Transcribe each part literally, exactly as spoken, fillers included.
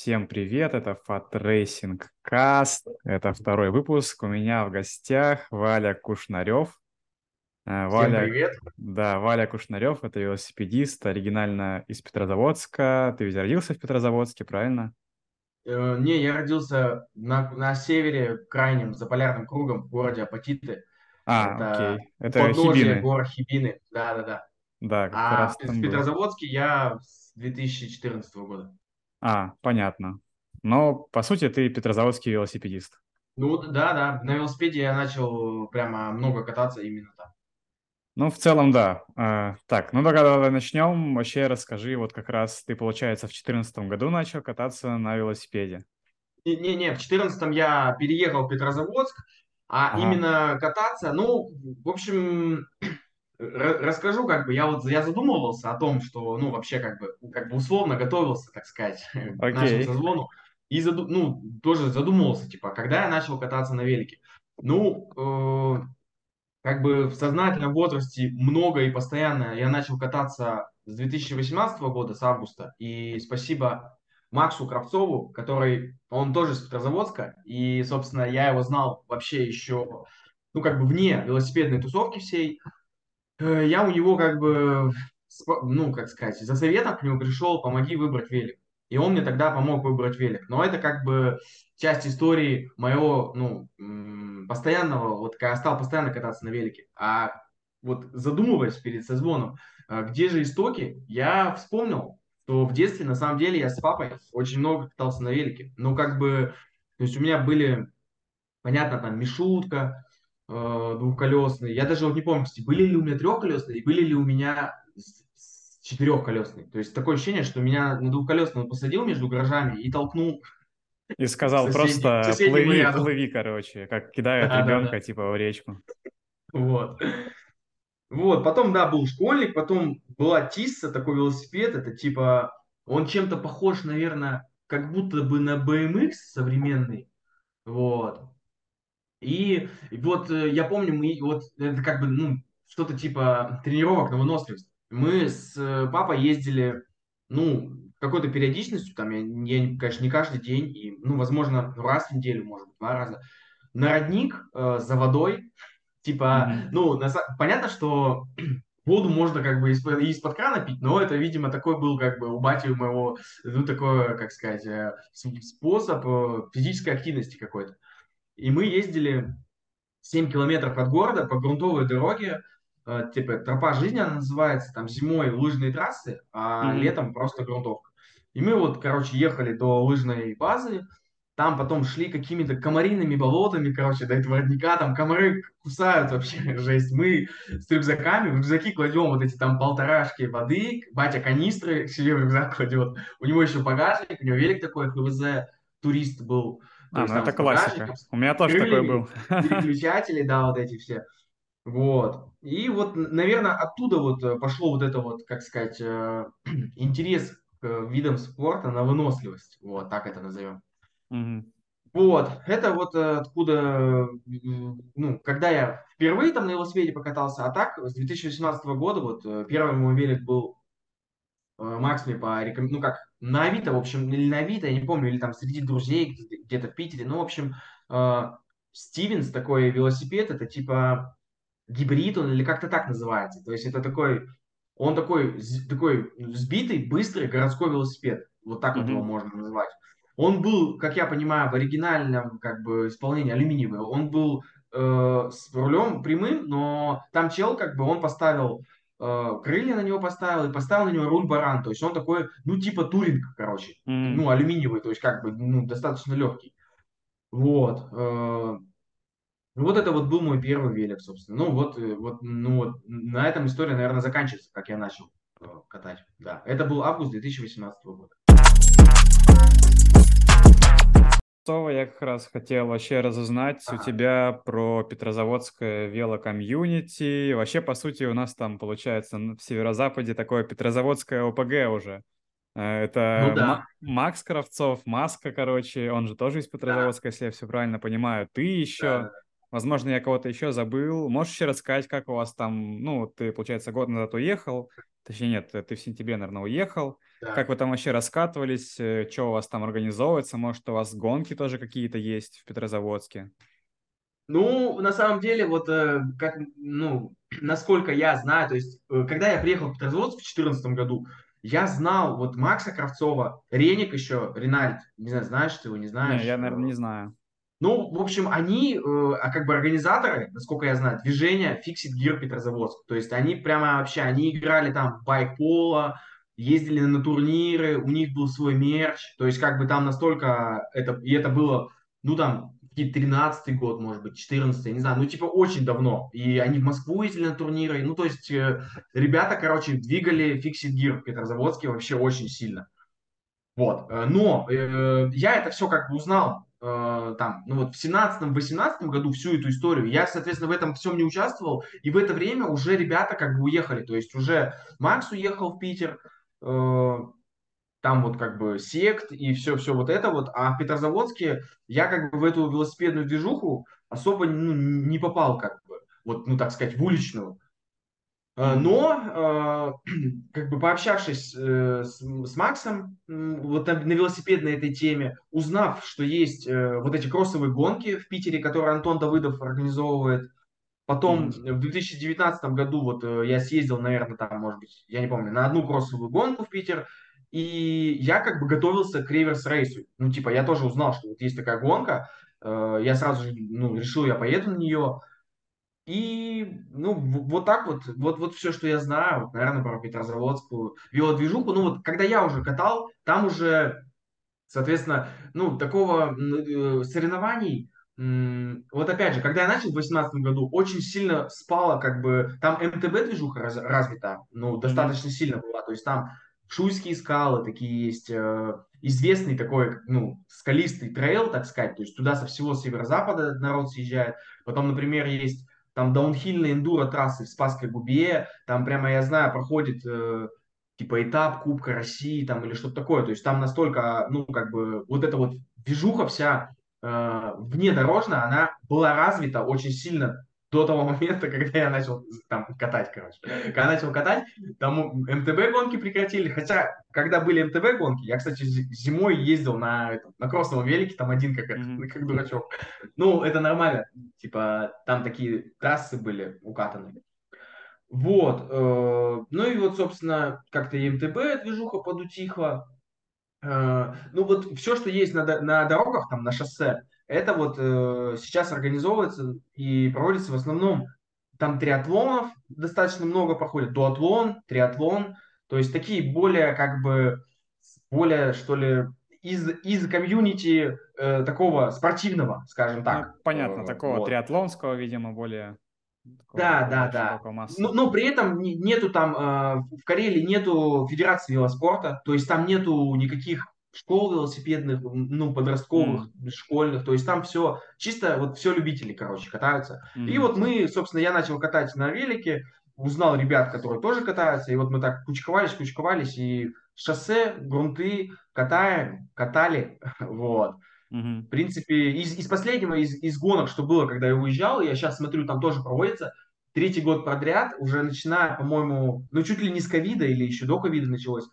Всем привет, это Fat Racing Cast, это второй выпуск. У меня в гостях Валя Кушнарев. Э, Всем Валя, привет. да, Валя Кушнарев, это велосипедист, оригинально из Петрозаводска. Ты ведь родился в Петрозаводске, правильно? Э, Не, я родился на, на севере, крайнем, за полярным кругом, в городе Апатиты. А, Это окей, у это подножия Хибины. гор Хибины. Да-да-да. Да, как А раз в там был. Петрозаводске я с две тысячи четырнадцатого года. А, понятно. Но, по сути, ты петрозаводский велосипедист. Ну да-да, на велосипеде я начал прямо много кататься именно там. Ну, в целом, да. А, так, ну тогда давай начнем. Вообще расскажи, вот как раз ты, получается, в четырнадцатом году начал кататься на велосипеде. Не-не, в четырнадцатом я переехал в Петрозаводск, а Ага, именно кататься, ну, в общем, Ра- расскажу, как бы, я вот я задумывался о том, что, ну, вообще, как бы, как бы условно готовился, так сказать, к нашему окей. созвону, и, заду- ну, тоже задумывался, типа, когда я начал кататься на велике. Ну, э, как бы в сознательном возрасте много и постоянно я начал кататься с две тысячи восемнадцатого года, с августа, и спасибо Максу Кравцову, который, он тоже из Петрозаводска, и, собственно, я его знал вообще еще, ну, как бы вне велосипедной тусовки всей. Э, Я у него как бы, спо- ну, как сказать, за советом к нему пришел, помоги выбрать велик. И он мне тогда помог выбрать велик. Но это как бы часть истории моего, ну, м, постоянного, вот когда я стал постоянно кататься на велике. А вот задумываясь перед созвоном, а где же истоки, я вспомнил, что в детстве, на самом деле, я с папой очень много катался на велике. Ну, как бы, то есть у меня были понятно, там Мишутка э, двухколесный. Я даже вот не помню, кстати, были ли у меня трехколесные и были ли у меня с- с- четырехколесные. То есть такое ощущение, что меня на двухколесного посадил между гаражами и толкнул И к сказал соседней, к просто соседнему плыви, ряду. плыви, короче, как кидают Да, да, да. ребенка, типа, в речку. Вот. Вот, потом, да, был школьник, потом была Тисса, такой велосипед, это типа, он чем-то похож, наверное, как будто бы на бэ эм икс современный, вот. И вот э, я помню, мы вот это как бы, ну, что-то типа тренировок на выносливость. Мы с э, папой ездили, ну, какой-то периодичностью, там, я, я, конечно, не каждый день, и, ну, возможно, раз в неделю, может быть, два раза, на родник э, за водой, типа, Мгм. ну, на са- понятно, что воду можно как бы из-под, из-под крана пить, но это, видимо, такой был как бы у бати у моего, ну, такой, как сказать, э, с- способ э, физической активности какой-то. И мы ездили семь километров от города по грунтовой дороге, э, типа тропа жизни она называется, там зимой лыжные трассы, а Мгм. летом просто грунтовка. И мы вот, короче, ехали до лыжной базы, там потом шли какими-то комариными болотами, короче, до этого родника, там комары кусают вообще, жесть. Мы с рюкзаками, в рюкзаки кладем вот эти там полторашки воды, батя канистры себе в рюкзак кладет, у него еще багажник, у него велик такой, ха вэ зэ, турист был, то А, есть ну там это с багажником, классика. с У меня тоже такой крыльями, был. переключатели, да, вот эти все. Вот. И вот, наверное, оттуда вот э, пошло вот это вот, как сказать, э, интерес к э, видам спорта на выносливость. Вот, так это назовем. Мгм. Вот, это вот э, откуда, м, ну, когда я впервые там на велосипеде покатался, а так с две тысячи восемнадцатого года вот э, первый мой велик был э, Макс мне по реком- ну как, на Авито, в общем, или на Авито, я не помню, или там среди друзей где- где-то в Питере, ну, в общем, э, Стивенс такой велосипед, это типа гибрид он или как-то так называется. То есть это такой, он такой, з- такой сбитый, быстрый городской велосипед. Вот так вот его Мгм. можно назвать. Он был, как я понимаю, в оригинальном как бы исполнении алюминиевый. Он был э, с рулем прямым, но там чел как бы он поставил э, крылья на него поставил и поставил на него руль баран. То есть он такой, ну типа туринг, короче, Мгм. ну алюминиевый, то есть как бы ну, достаточно легкий. Вот. э, ну, вот это вот был мой первый велик, собственно. Ну, вот, э, вот, ну, вот на этом история, наверное, заканчивается, как я начал э, катать. Да, это был август две тысячи восемнадцатого года. То я как раз хотел вообще разузнать у Ага. тебя про Петрозаводское велокомьюнити. Вообще, по сути, у нас там, получается, н- в северо-западе такое Петрозаводское о пэ гэ уже. Э, Ну Это да, Ма- Макс Кравцов, Маска, короче, он же тоже из да, Петрозаводска, если я все правильно понимаю. Ты да, еще, да. возможно, я кого-то еще забыл. Можешь еще рассказать, как у вас там, ну, ты, получается, год назад уехал, Точнее, нет, ты в сентябре, наверное, уехал. Как Да. вы там вообще раскатывались? Что у вас там организовывается? Может, у вас гонки тоже какие-то есть в Петрозаводске? Ну, на самом деле, вот э, как, ну, насколько я знаю, то есть, э, когда я приехал в Петрозаводск в две тысячи четырнадцатом году, я знал вот Макса Кравцова, Реник еще, Ренальд, не знаю, знаешь ты его, не Не, знаешь. я, э, наверное, не знаю. Ну, в общем, они, э, а как бы организаторы, насколько я знаю, движения Fixit Gear Петрозаводск. То есть они прямо вообще, они играли там в байк-поло, ездили на турниры, у них был свой мерч. То есть как бы там настолько это, и это было, ну там, тринадцатый год, может быть, четырнадцатый, не знаю, ну типа очень давно. И они в Москву ездили на турниры. Ну то есть э, ребята, короче, двигали Fixit Gear в Петрозаводске вообще очень сильно. Вот. э, Но э, я это все как бы узнал э, там, ну вот в семнадцатом-восемнадцатом году всю эту историю. Я, соответственно, в этом всем не участвовал. И в это время уже ребята как бы уехали. То есть уже Макс уехал в Питер, э, там вот как бы сект и все-все вот это вот. А в Петрозаводске я как бы в эту велосипедную движуху особо ну, не попал как бы. Вот, ну так сказать, в уличную. Э, Мгм. Но, э, как бы пообщавшись э, с, с Максом м, вот на, на велосипедной этой теме, узнав, что есть э, вот эти кроссовые гонки в Питере, которые Антон Давыдов организовывает, потом Мгм. в две тысячи девятнадцатом году вот э, я съездил, наверное, там, может быть, я не помню, на одну кроссовую гонку в Питер, и я как бы готовился к реверс-рейсу. Ну, типа, я тоже узнал, что вот есть такая гонка, э, я сразу же, ну, решил, я поеду на нее, и, ну, в- вот так вот, вот, вот все, что я знаю, вот, наверное, про Петрозаводскую велодвижуху. Ну, вот, когда я уже катал, там уже, соответственно, ну, такого м, э, соревнований, м, вот опять же, когда я начал в восемнадцатом году, очень сильно спала, как бы, там эм тэ бэ-движуха раз- развита, ну, Мгм. достаточно сильно была, то есть там Шуйские скалы такие есть, э, известный такой, ну, скалистый трейл, так сказать, то есть туда со всего северо-запада народ съезжает. Потом, например, есть там даунхильные эндуро трассы в Спасской Губе, там прямо, я знаю, проходит э, типа этап Кубка России там или что-то такое. То есть там настолько, ну, как бы, вот эта вот движуха вся э, внедорожная, она была развита очень сильно до того момента, когда я начал там катать, короче. Когда начал катать, там эм тэ бэ гонки прекратили. Хотя, когда были эм тэ бэ гонки, я, кстати, зи- зимой ездил на, этом, на кроссовом велике, там один как, этот, Мгм. как дурачок. Ну, это нормально. Типа, там такие трассы были укатанные. Вот. э, Ну и вот, собственно, как-то и эм тэ бэ движуха подутихла. Э, Ну вот все, что есть на, до- на дорогах, там, на шоссе, это вот э, сейчас организовывается и проводится в основном там триатлонов достаточно много проходит, дуатлон, триатлон, то есть такие более как бы, более что ли, из, из комьюнити э, такого спортивного, скажем так. Ну, Э, понятно, такого вот. триатлонского, видимо, более такого Да, да, более да. широкого Но, массы. но при этом не- нету там, э, в Карелии нету федерации велоспорта, то есть там нету никаких школ велосипедных, м, ну, подростковых, М. школьных, то есть там все, чисто вот все любители, короче, катаются. И Мгм. вот мы, собственно, я начал катать на велике, узнал ребят, которые тоже катаются, и вот мы так кучковались, кучковались, и шоссе, грунты катаем, катали, вот. Мгм. В принципе, из, из последнего, из, из гонок, что было, когда я уезжал, я сейчас смотрю, там тоже проводится, третий год подряд, уже начиная, по-моему, ну, чуть ли не с ковида или еще до ковида началось,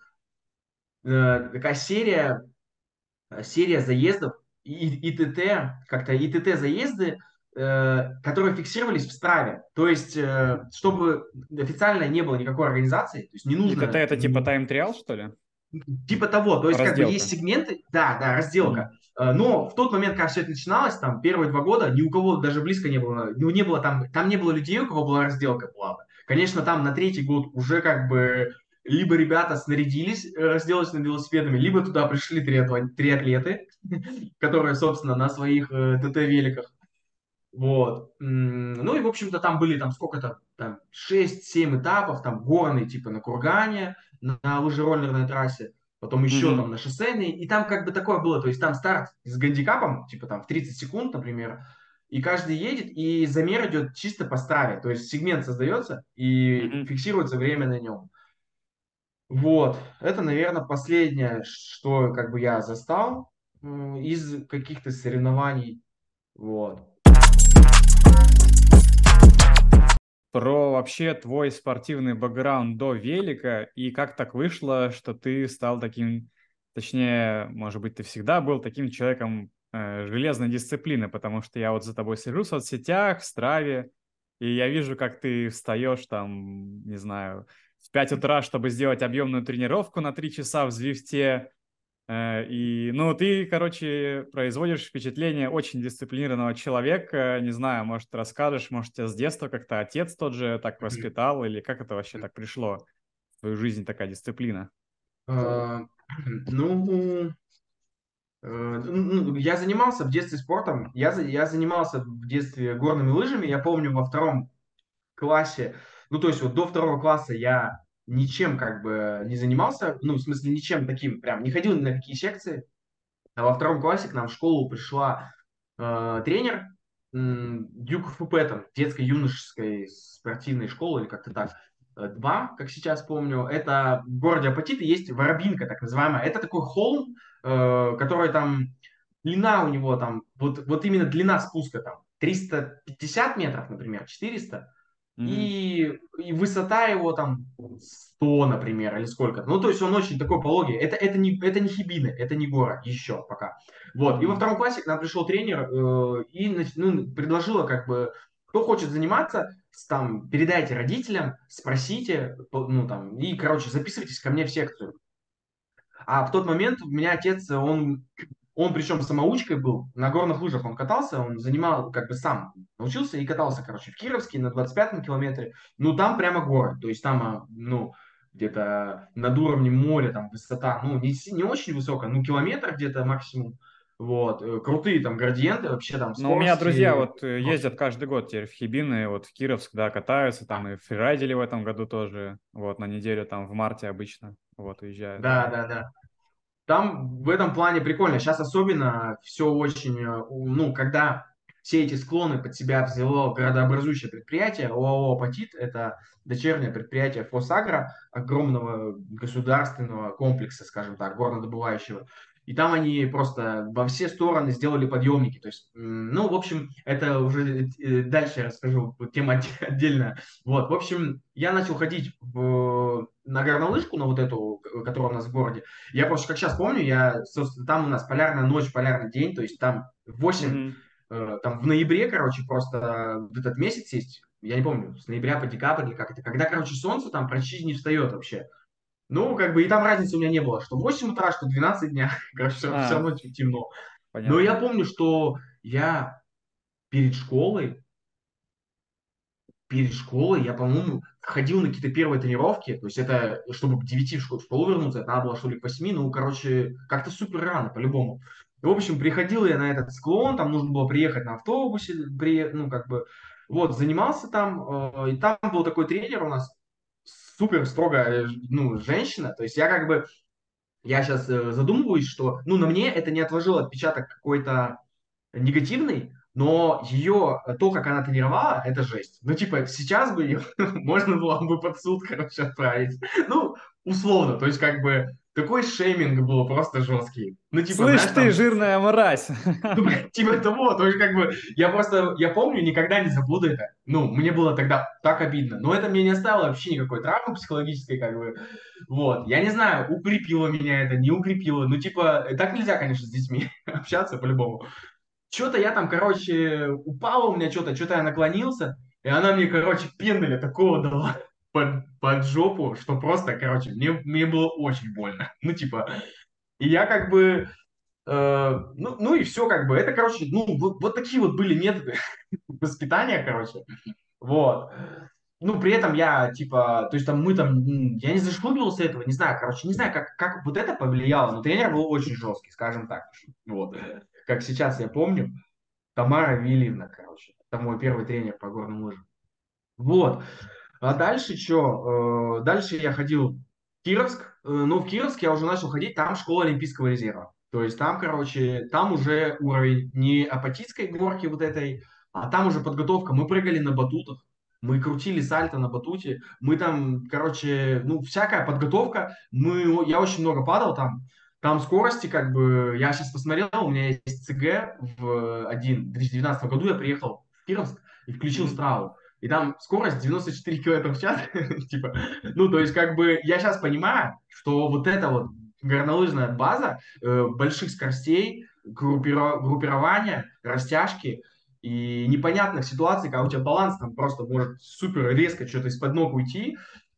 э, такая серия, э, серия заездов, и, ИТТ, как-то ИТТ заезды, э, которые фиксировались в Страве. То есть, э, чтобы официально не было никакой организации, то есть не И ТТ нужно это типа тайм-триал, что ли? типа того, то есть как бы есть Разделка. сегменты, да, да, разделка. Мгм. Э, Но в тот момент, когда все это начиналось, там первые два года ни у кого даже близко не было, ну не было там, там не было людей, у кого была разделка была бы. Конечно, там на третий год уже как бы либо ребята снарядились э, разделочными велосипедами, либо туда пришли триатлон- триатлеты, которые, собственно, на своих э, ТТ-великах. Вот. М, Ну и, в общем-то, там были там сколько-то, там шесть-семь этапов, там горные, типа на кургане, на, на лыжероллерной трассе, потом еще Мгм. там на шоссейной, и там как бы такое было, то есть там старт с гандикапом, типа там в тридцать секунд, например, и каждый едет, и замер идет чисто по страве, то есть сегмент создается и Мгм. фиксируется время на нем. Вот, это, наверное, последнее, что как бы я застал м, из каких-то соревнований, вот. про вообще твой спортивный бэкграунд до велика и как так вышло, что ты стал таким, точнее, может быть, ты всегда был таким человеком э, железной дисциплины, потому что я вот за тобой слежу в соцсетях, в Страве, и я вижу, как ты встаешь там, не знаю, в пять утра, чтобы сделать объемную тренировку на три часа в Звифте. Э, И, ну, ты, короче, производишь впечатление очень дисциплинированного человека. Не знаю, может, расскажешь, может, тебя с детства как-то отец тот же так воспитал, или как это вообще так пришло в твою жизнь, такая дисциплина? А, Ну, э, ну, я занимался в детстве спортом. Я, за- я занимался в детстве горными лыжами. Я помню, во втором классе, ну, то есть вот до второго класса я ничем как бы не занимался, ну, в смысле, ничем таким прям, не ходил ни на какие секции. А во втором классе к нам в школу пришла э, тренер м, Дюк эф пэ, там, детско-юношеской спортивной школы, или как-то так. Э, Два, как сейчас помню. Это в городе Апатиты есть Воробинка, так называемая. Это такой холм, э, который там, длина у него там, вот, вот именно длина спуска там триста пятьдесят метров, например, четыреста. Мгм. И, и высота его там сто, например, или сколько. Ну, то есть он очень такой пологий. Это, это, не, это не Хибины, это не гора еще пока. Вот. И во Мгм. втором классе к нам пришел тренер э, и нач- ну, предложила как бы, кто хочет заниматься, с- там, передайте родителям, спросите, по- ну, там, и, короче, записывайтесь ко мне в секцию. А в тот момент у меня отец, он, он причем самоучкой был, на горных лыжах он катался, он занимал как бы сам, научился и катался, короче, в Кировске на двадцать пятом километре. Ну, там прямо горы, то есть там, а, ну, где-то над уровнем моря, там высота, ну, не, си- не очень высокая, ну, километр где-то максимум. Вот, э, крутые там градиенты, вообще там Но у меня друзья скорости. вот э, ездят каждый год теперь в Хибины, вот в Кировск, да, катаются, там и фрирайдили в этом году тоже, вот, на неделю там в марте обычно, вот, уезжают, Да, да. да, да. Там в этом плане прикольно. Сейчас особенно все очень, э, у- ну, когда все эти склоны под себя взяло градообразующее предприятие, ОАО «Апатит», это дочернее предприятие «Фосагро», огромного государственного комплекса, скажем так, горнодобывающего. И там они просто во все стороны сделали подъемники. То есть, м, ну, в общем, это уже э, дальше я расскажу, вот тема отде- отдельная. Вот, в общем, я начал ходить в, на горнолыжку, на вот эту, к- которая у нас в городе. Я просто как сейчас помню, я, собственно, там у нас полярная ночь, полярный день, то есть там восемь, Мгм. э, там в ноябре, короче, просто вот этот месяц есть, я не помню, с ноября по декабрь или как это, когда, короче, солнце там практически не встает вообще. Ну, как бы и там разницы у меня не было, что в восемь утра, что двенадцать дня, короче, все, все А, равно темно. Но я понятно. помню, что я перед школой перед школой я, по-моему, ходил на какие-то первые тренировки, то есть это, чтобы к девяти в школу, в школу вернуться, это надо было, что ли, к восьми, ну, короче, как-то супер рано, по-любому. И, в общем, приходил я на этот склон, там нужно было приехать на автобусе, при, ну, как бы, вот, занимался там, э, и там был такой тренер у нас, супер строгая, э, ну, женщина, то есть я как бы, я сейчас задумываюсь, что, ну, на мне это не отложило отпечаток какой-то негативный, но ее, то, как она тренировала, это жесть. Ну, типа, сейчас бы ее можно было бы под суд, короче, отправить. Ну, условно, то есть, как бы, такой шейминг был просто жесткий. Ну, типа, Слышь знаешь, ты, там, жирная мразь! ну, типа того, то есть, как бы, я просто, я помню, никогда не забуду это. Ну, мне было тогда так обидно. Но это мне не оставило вообще никакой травмы психологической, как бы. Вот. Я не знаю, укрепило меня это, не укрепило. Ну, типа, так нельзя, конечно, с детьми общаться по-любому. Что-то я там, короче, упала у меня что-то, что-то я наклонился, и она мне, короче, пендаля такого дала под, под жопу, что просто, короче, мне, мне было очень больно. Ну, типа, и я как бы, э, ну, ну и все, как бы, это, короче, ну, вот, вот такие вот были методы воспитания, короче, вот. Ну, при этом я, типа, то есть там мы там, м, я не зашкуривался этого, не знаю, короче, не знаю, как, как вот это повлияло, но тренер был очень жесткий, скажем так, вот. Как сейчас я помню, Тамара Вильевна, короче. Это мой первый тренер по горным лыжам. Вот. А дальше что? Дальше я ходил в Кировск. Э, Ну, в Кировск я уже начал ходить, там школа Олимпийского резерва. То есть там, короче, там уже уровень не апатитской горки вот этой, а там уже подготовка. Мы прыгали на батутах, мы крутили сальто на батуте, мы там, короче, ну, всякая подготовка. Мы, я очень много падал там. Там скорости, как бы, я сейчас посмотрел, у меня есть ЦГ в один, в две тысячи девятнадцатом году я приехал в Кировск и включил Мгм. страву. и там скорость девяносто четыре километра в час, типа, ну, то есть, как бы, я сейчас понимаю, что вот эта вот горнолыжная база э, больших скоростей, группиро- группирования, растяжки и непонятных ситуаций, когда у тебя баланс там просто может супер резко что-то из-под ног уйти,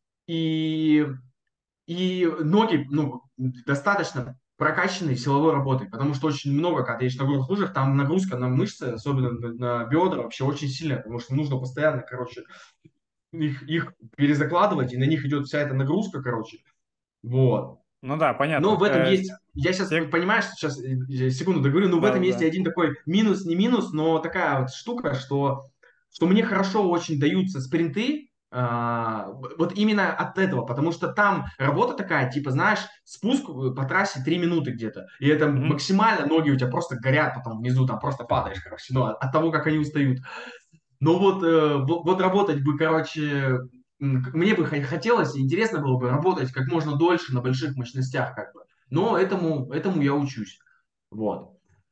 и и ноги, ну, достаточно прокачанные силовой работой, потому что очень много, когда ты едешь на горных лыжах, там нагрузка на мышцы, особенно на, на бедра, вообще очень сильная, потому что нужно постоянно, короче, их, их перезакладывать, и на них идет вся эта нагрузка, короче, вот. Ну да, Но понятно. в этом Э, есть, я сейчас, те- понимаешь, сейчас, э, секунду договорю, но в этом есть и Да-да-да. один такой минус, не минус, но такая вот штука, что, что мне хорошо очень даются спринты, а, вот именно от этого, потому что там работа такая, типа, знаешь, спуск по трассе три минуты где-то, и это Мгм. максимально, ноги у тебя просто горят потом внизу, там просто падаешь, короче, ну, от, от того, как они устают. Но вот, э, вот, вот работать бы, короче, м, к- мне бы х- хотелось, и интересно было бы работать как можно дольше на больших мощностях, как бы. Но этому, этому я учусь. Вот.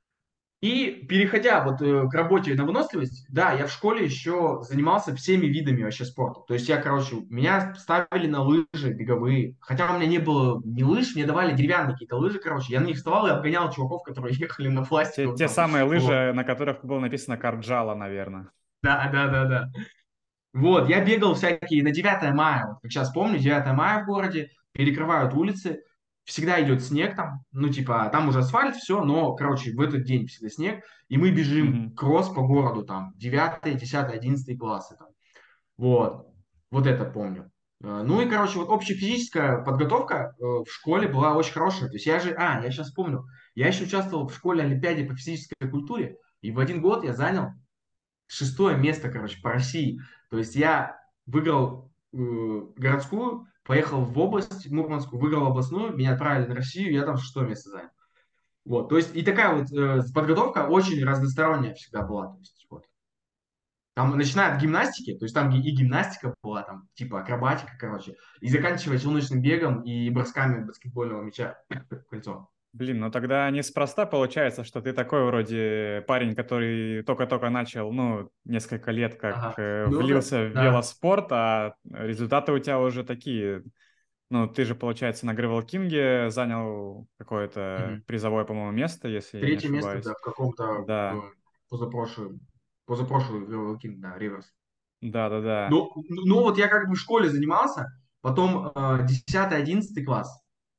И переходя вот э, к работе на выносливость, да, я в школе еще занимался всеми видами вообще спорта. То есть я, короче, меня ставили на лыжи беговые. Хотя у меня не было ни лыж, мне давали деревянные какие-то лыжи, короче. Я на них вставал и обгонял чуваков, которые ехали на Те, пластиковых те там. самые Вот. лыжи, на которых было написано Карджала, наверное. Да, да, да, да. Вот, я бегал всякие на девятое мая, вот как сейчас помню, девятое мая в городе, перекрывают улицы, всегда идет снег там, ну, типа, там уже асфальт, все, но, короче, в этот день всегда снег, и мы бежим Мгм. кросс по городу, там, девятый, десятый, одиннадцатый классы, там, вот, вот это помню. Э, Ну и, короче, вот общефизическая подготовка э, в школе была очень хорошая. То есть я же, а, я сейчас вспомнил, я еще участвовал в школе Олимпиаде по физической культуре, и в один год я занял шестое место, короче, по России. То есть я выиграл э, городскую, поехал в область Мурманскую, выиграл областную, меня отправили на Россию, я там шестое место занял. Вот, то есть и такая вот э, подготовка очень разносторонняя всегда была. То есть, вот. Там, начиная от гимнастики, то есть там и гимнастика была, там, типа акробатика, короче, и заканчивая челночным бегом и бросками баскетбольного мяча в кольцо. Блин, ну тогда неспроста получается, что ты такой вроде парень, который только-только начал, ну, несколько лет как Ага. э, Ну да, влился в да. велоспорт, а результаты у тебя уже такие. Ну, ты же, получается, на Гревел Кинге занял какое-то Мгм. призовое, по-моему, место, если я не Третье место, ошибаюсь. да, в каком-то э, Да, позапрошлом, позапрошлый Велокин, да, Риверс. да-да-да. Ну, ну, вот я как бы в школе занимался, потом э, десятый, одиннадцатый класс.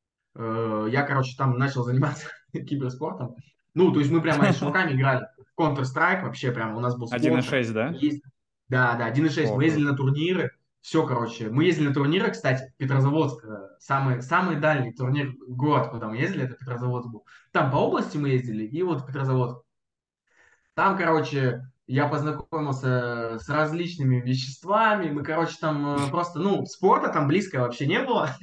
Э, я, короче, там начал заниматься киберспортом. Ну, то есть мы прямо с чуваками играли в Counter-Strike, вообще прямо у нас был Один и спонсор. шесть, да? Есть, да, да, один и шесть. О, Мы ездили круто. на турниры, все, короче. Мы ездили на турниры, кстати, Петрозаводск, э, самый, самый дальний турнир, город, куда мы ездили, это Петрозаводск был. Там по области мы ездили, и вот Петрозаводск. Там, короче, я познакомился с различными веществами. Мы, короче, там э, просто, ну, спорта там близко вообще не было.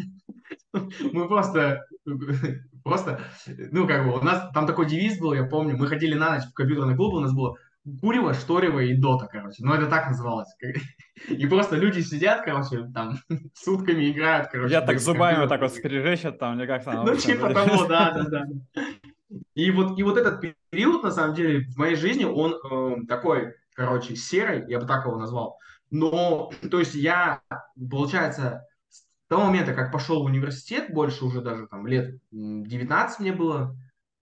Мы просто, просто, ну, как бы, у нас там такой девиз был, я помню, мы ходили на ночь в компьютерный клуб, у нас было Курево, Шторево и Дота, короче. Ну, это так называлось. И просто люди сидят, короче, там, сутками играют, Я короче, так в зубами вот компьютерные так вот игры. скрежещет там, или как там, в Ну, общем. типа того, да, да, да. И вот, и вот этот период, на самом деле, в моей жизни, он э, такой, короче, серый, я бы так его назвал. Но, то есть я, получается, с того момента, как пошел в университет, больше уже даже там лет м, девятнадцать мне было,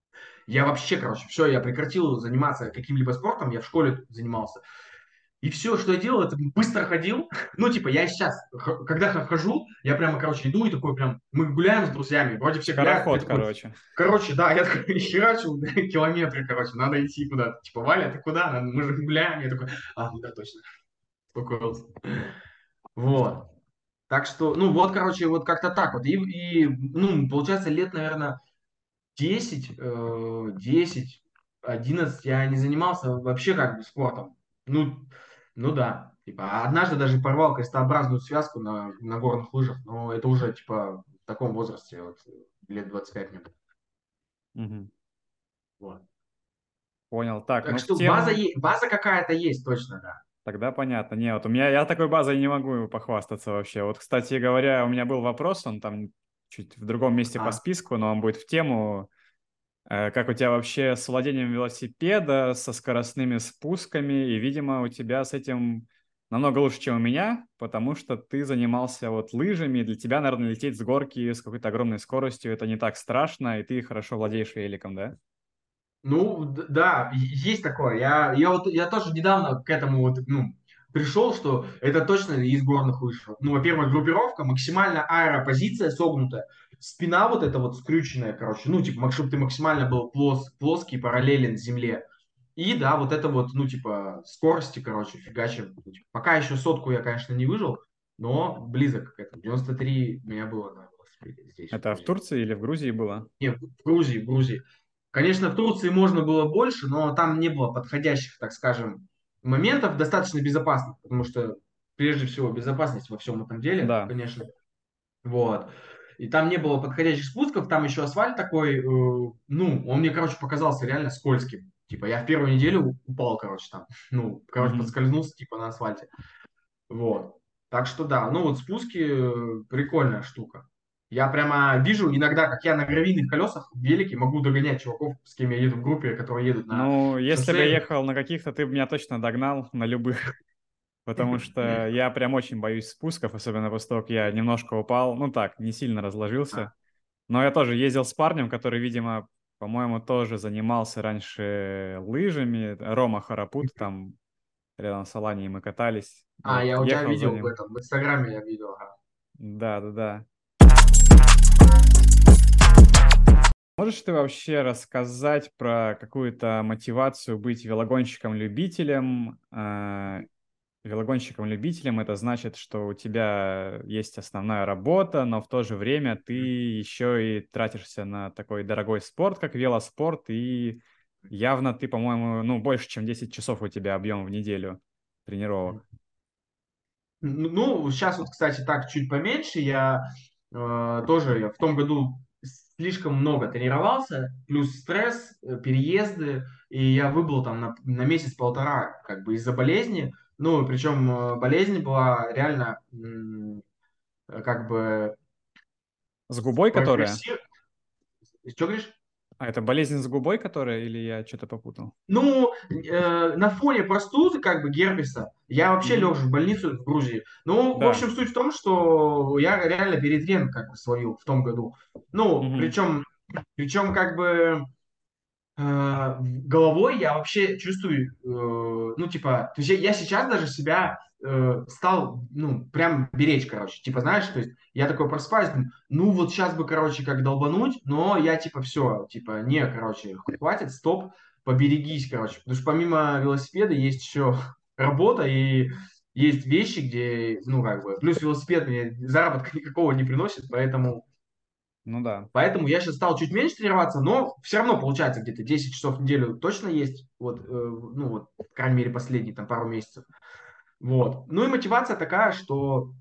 я вообще, короче, все, я прекратил заниматься каким-либо спортом, я в школе занимался. И все, что я делал, это быстро ходил. Ну, типа, я сейчас, х- когда х- хожу, я прямо, короче, иду и такой прям, мы гуляем с друзьями, вроде все гуляют, я Скороход, такой, короче. короче, да, я такой херачу километры, короче, надо идти куда-то. Типа, Валя, ты куда? Надо- Мы же гуляем. Я такой, а, ну да, точно, успокоился. Вот. Так что, ну, вот, короче, вот как-то так вот. И, и ну, получается, лет, наверное, десять, э, десять, одиннадцать я не занимался вообще как бы спортом. Ну, ну да. Типа, а однажды даже порвал крестообразную связку на, на горных лыжах, но это уже, типа, в таком возрасте, вот, лет двадцать пять мне было. Мгм. Вот. Понял. Так, Так ну в что база, тему... е- база какая-то есть, точно, да. Тогда понятно. Не, вот у меня, я такой базой не могу похвастаться вообще. Вот, кстати говоря, у меня был вопрос, он там чуть в другом месте по А, списку, но он будет в тему. Э, Как у тебя вообще с владением велосипеда, со скоростными спусками, и, видимо, у тебя с этим намного лучше, чем у меня, потому что ты занимался вот лыжами, и для тебя, наверное, лететь с горки с какой-то огромной скоростью это не так страшно, и ты хорошо владеешь великом, да? Ну, д- да, е- есть такое. Я, я вот я тоже недавно к этому вот, ну, пришел, что это точно из горных лыж. Ну, во-первых, группировка, максимально аэропозиция согнутая, спина вот эта вот скрюченная, короче, ну, типа, чтобы ты максимально был плос, плоский, параллелен земле. И да, вот это вот, ну, типа, скорости, короче, фигачим. Ну, типа, пока еще сотку я, конечно, не выжил, но близок к этому. девяносто три у меня было на велосипеде здесь, в Это в Грузии. Турции или в Грузии было? Не, в Грузии, в Грузии. Конечно, в Турции можно было больше, но там не было подходящих, так скажем, моментов достаточно безопасных, потому что прежде всего безопасность во всем этом деле, Да. конечно. Вот. И там не было подходящих спусков, там еще асфальт такой, э, ну, он мне, короче, показался реально скользким. Типа, я в первую неделю упал, короче, там. Ну, короче, Мгм. подскользнулся, типа, на асфальте. Вот. Так что да, ну вот спуски э, прикольная штука. Я прямо вижу иногда, как я на гравийных колесах в велике могу догонять чуваков, с кем я еду в группе, которые едут на Ну, если бы я шоссе. ехал на каких-то, ты бы меня точно догнал на любых, потому что я прям очень боюсь спусков, особенно после того, как я немножко упал. Ну так, не сильно разложился. А, Но я тоже ездил с парнем, который, видимо, по-моему, тоже занимался раньше лыжами. Рома Харапут, там рядом с Аланией мы катались. а, Вот, я у тебя ехал за видел в ним. этом, в Инстаграме я видел. Ага. Да, да, да. Можешь ты вообще рассказать про какую-то мотивацию быть велогонщиком-любителем? Э, Велогонщиком-любителем это значит, что у тебя есть основная работа, но в то же время ты еще и тратишься на такой дорогой спорт, как велоспорт, и явно ты, по-моему, ну, больше, чем десять часов у тебя объем в неделю тренировок. Ну, ну, сейчас вот, кстати, так чуть поменьше. Я э, тоже я в том году слишком много тренировался, плюс стресс, э, переезды, и я выбыл там на, на месяц-полтора как бы из-за болезни. Ну, причем э, болезнь была реально м, э, как бы С губой которая? прогрессив. Что говоришь? А это болезнь с губой которая, или я что-то попутал? Ну, э, на фоне простуды, как бы герпеса, я вообще Мгм. лег в больницу в Грузии. Ну, в Да. общем, суть в том, что я реально перетрен как бы словил в том году. Ну, Мгм. причем, причем как бы э, головой я вообще чувствую, э, ну, типа, то есть я, я сейчас даже себя э, стал, ну, прям беречь, короче. Типа, знаешь, то есть я такой просыпаюсь, думаю, ну, вот сейчас бы, короче, как долбануть, но я, типа, все, типа, не, короче, хватит, стоп, поберегись, короче. Потому что помимо велосипеда есть еще работа и есть вещи, где, ну, как бы, плюс велосипед мне заработка никакого не приносит, поэтому Ну да. Поэтому я сейчас стал чуть меньше тренироваться, но все равно получается где-то десять часов в неделю точно есть. Вот, э, ну вот, по крайней мере, последние там пару месяцев. Вот. Ну и мотивация такая, что,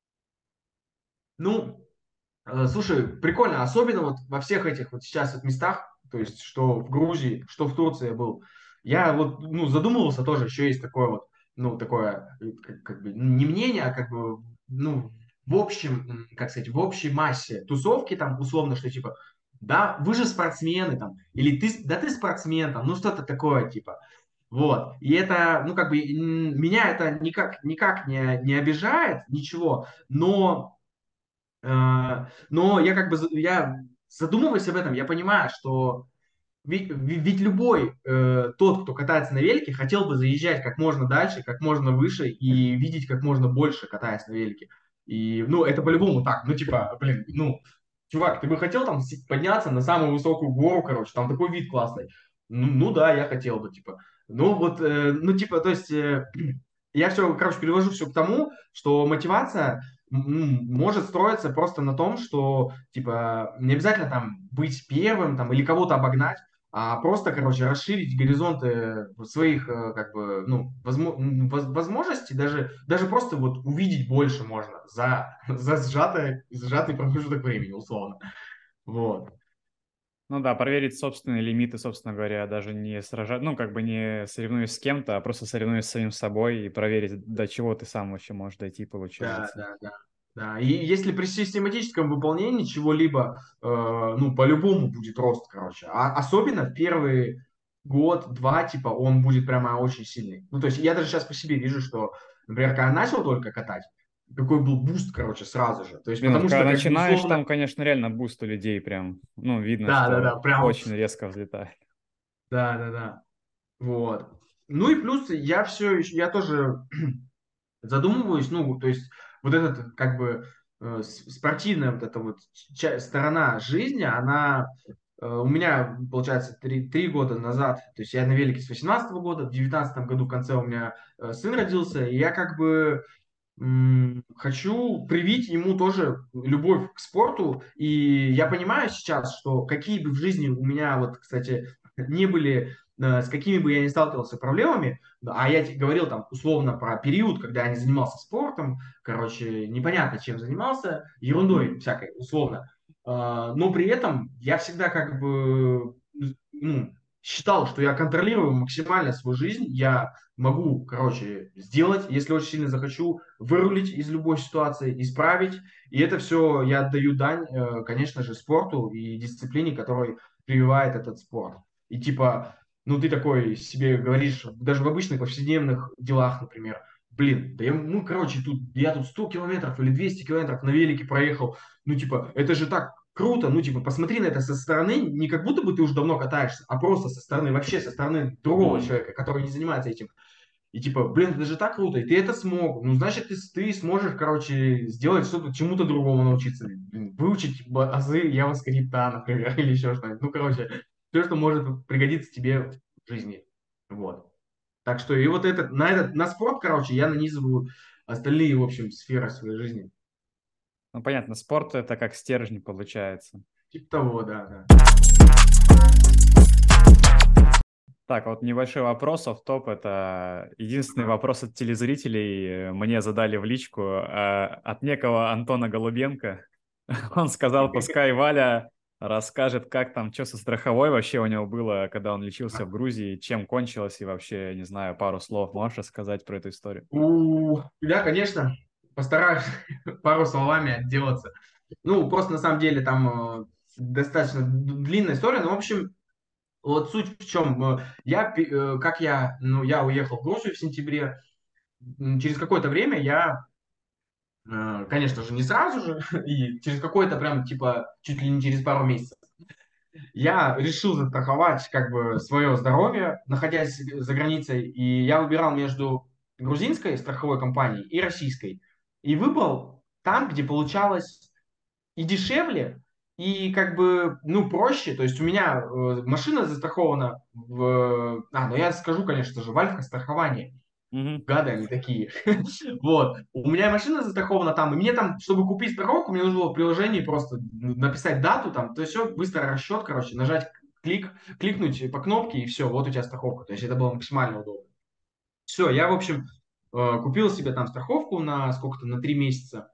ну, Э, Слушай, прикольно, особенно вот во всех этих вот сейчас вот местах, то есть что в Грузии, что в Турции был. Я вот, ну, задумывался тоже, еще есть такое вот, ну, такое, э, как, как бы, не мнение, а как бы, ну, в общем, м, как сказать, в общей массе тусовки там, условно, что типа, да, вы же спортсмены там, или ты, да ты спортсмен там, ну, что-то такое, типа. Вот. И это, ну, как бы, м, меня это никак, никак не, не обижает, ничего, но Э, Но я как бы за- я задумываясь об этом, я понимаю, что ведь, ведь любой э, тот, кто катается на велике, хотел бы заезжать как можно дальше, как можно выше и видеть как можно больше, катаясь на велике. И, ну, это по-любому так. Ну, типа, блин, ну, чувак, ты бы хотел там с- подняться на самую высокую гору, короче, там такой вид классный. Ну, ну да, я хотел бы, типа. Ну, вот, э, ну, типа, то есть, э, я все, короче, перевожу все к тому, что мотивация м, может строиться просто на том, что, типа, не обязательно там быть первым там или кого-то обогнать, а просто, короче, расширить горизонты своих, э, как бы, ну, возмо- м, воз- возможностей, даже, даже просто вот увидеть больше можно за, за сжатый, сжатый промежуток времени, условно. Вот. Ну да, проверить собственные лимиты, собственно говоря, даже не сражать, ну, как бы не соревнуясь с кем-то, а просто соревнуясь с самим собой и проверить, до чего ты сам вообще можешь дойти, Да, получается. да, да. Да, и если при систематическом выполнении чего-либо, э, ну, по-любому будет рост, короче. А особенно в первый год-два, типа, он будет прямо очень сильный. Ну, то есть я даже сейчас по себе вижу, что например, когда я начал только катать, какой был буст, короче, сразу же. То есть, Блин, вот потому когда что, как бы, начинаешь, условно, там, конечно, реально буст у людей прям, ну, видно, да, да, что да, прям, очень резко взлетает. да, да, да, вот. Ну и плюс я все еще, я тоже задумываюсь, ну, то есть вот этот, как бы, э, с- спортивная вот эта вот ча- сторона жизни, она э, у меня, получается, три, три года назад, то есть я на велике с восемнадцатого года, в девятнадцатом году в конце у меня э, сын родился, и я как бы м, хочу привить ему тоже любовь к спорту. И я понимаю сейчас, что какие бы в жизни у меня, вот, кстати, не были, э, с какими бы я ни сталкивался проблемами, а я тебе говорил там условно про период, когда я не занимался спортом, короче, непонятно чем занимался, ерундой Мгм. всякой, условно. А, Но при этом я всегда как бы ну, считал, что я контролирую максимально свою жизнь, я могу, короче, сделать, если очень сильно захочу, вырулить из любой ситуации, исправить. И это все я отдаю дань, э, конечно же, спорту и дисциплине, которой прививает этот спорт. И типа, ну ты такой себе говоришь, даже в обычных повседневных делах, например, блин, да я, ну, короче, тут, я тут сто километров или двести километров на велике проехал, ну, типа, это же так круто, ну, типа, посмотри на это со стороны, не как будто бы ты уже давно катаешься, а просто со стороны, вообще со стороны другого Мгм. человека, который не занимается этим. И типа, блин, это же так круто, и ты это смог. Ну, значит, ты, ты сможешь, короче, сделать что-то, чему-то другому научиться. Блин, выучить ба- азы явоскрипта, например, или еще что-нибудь. Ну, короче, все, что может пригодиться тебе в жизни. Вот. Так что и вот это, на этот, на спорт, короче, я нанизываю остальные, в общем, сферы своей жизни. Ну, понятно, спорт это как стержень получается. Типа того, да, да. Так, вот небольшой вопрос, офф-топ. Это единственный вопрос от телезрителей. Мне задали в личку э, от некого Антона Голубенко. Он сказал, пускай Валя расскажет, как там, что со страховой вообще у него было, когда он лечился в Грузии, чем кончилось и вообще, не знаю, пару слов можешь рассказать про эту историю? У, да, конечно, постараюсь пару словами отделаться. Ну, просто на самом деле там э, достаточно д- длинная история, но, в общем, вот суть в чем. э, Я, пи- э, как я, ну, я уехал в Грузию в сентябре, м, через какое-то время я, э, конечно же, не сразу же, и через какое-то прям, типа, чуть ли не через пару месяцев, я решил застраховать как бы свое здоровье, находясь за границей, и я выбирал между грузинской страховой компанией и российской. И выбрал там, где получалось и дешевле, и как бы, ну, проще. То есть у меня э, машина застрахована в... А, ну я скажу, конечно же, в Альфа-страховании. Мгм. Гады они такие. Вот. У меня машина застрахована там, и мне там, чтобы купить страховку, мне нужно было в приложении просто написать дату там, то есть все, быстро расчет, короче, нажать клик, кликнуть по кнопке, и все, вот у тебя страховка. То есть это было максимально удобно. Все, я, в общем, э, купил себе там страховку на сколько-то, на три месяца.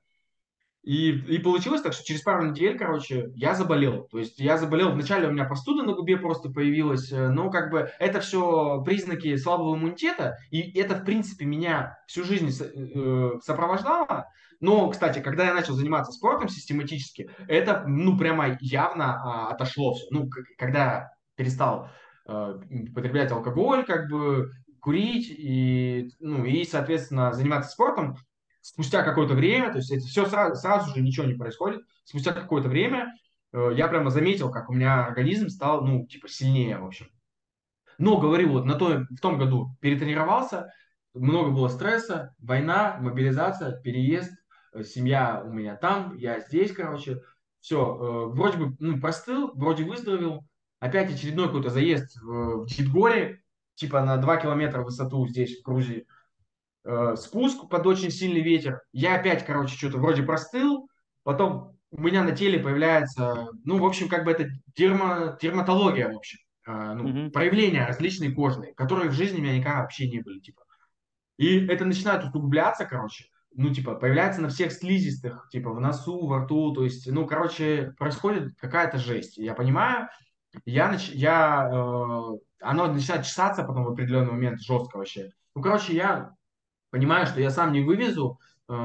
И, и получилось так, что через пару недель, короче, я заболел. То есть я заболел, вначале у меня простуда на губе просто появилась, э, но как бы это все признаки слабого иммунитета, и это, в принципе, меня всю жизнь со- э, сопровождало. Но, кстати, когда я начал заниматься спортом систематически, это, ну, прямо явно а, отошло все. Ну, к- когда перестал э, потреблять алкоголь, как бы курить и, ну, и, соответственно, заниматься спортом, спустя какое-то время, то есть это все сразу, сразу же ничего не происходит, спустя какое-то время э, я прямо заметил, как у меня организм стал, ну, типа, сильнее, в общем. Но, говорю, вот на то, в том году перетренировался, много было стресса, война, мобилизация, переезд, э, семья у меня там, я здесь, короче. Все, вроде бы ну, простыл, вроде выздоровел. Опять очередной какой-то заезд в, в Читгоре, типа на два километра высоту здесь, в Грузии, э, спуск под очень сильный ветер. Я опять, короче, что-то вроде простыл, потом у меня на теле появляется, ну, в общем, как бы это дерма, дерматология, в общем, э, ну, Мгм. проявления различные кожные, которые в жизни у меня никогда вообще не были, типа. И это начинает усугубляться, короче, ну, типа, появляется на всех слизистых, типа, в носу, во рту, то есть, ну, короче, происходит какая-то жесть. Я понимаю, я, нач... я э, оно начинает чесаться потом в определенный момент жестко вообще. Ну, короче, я понимаю, что я сам не вывезу,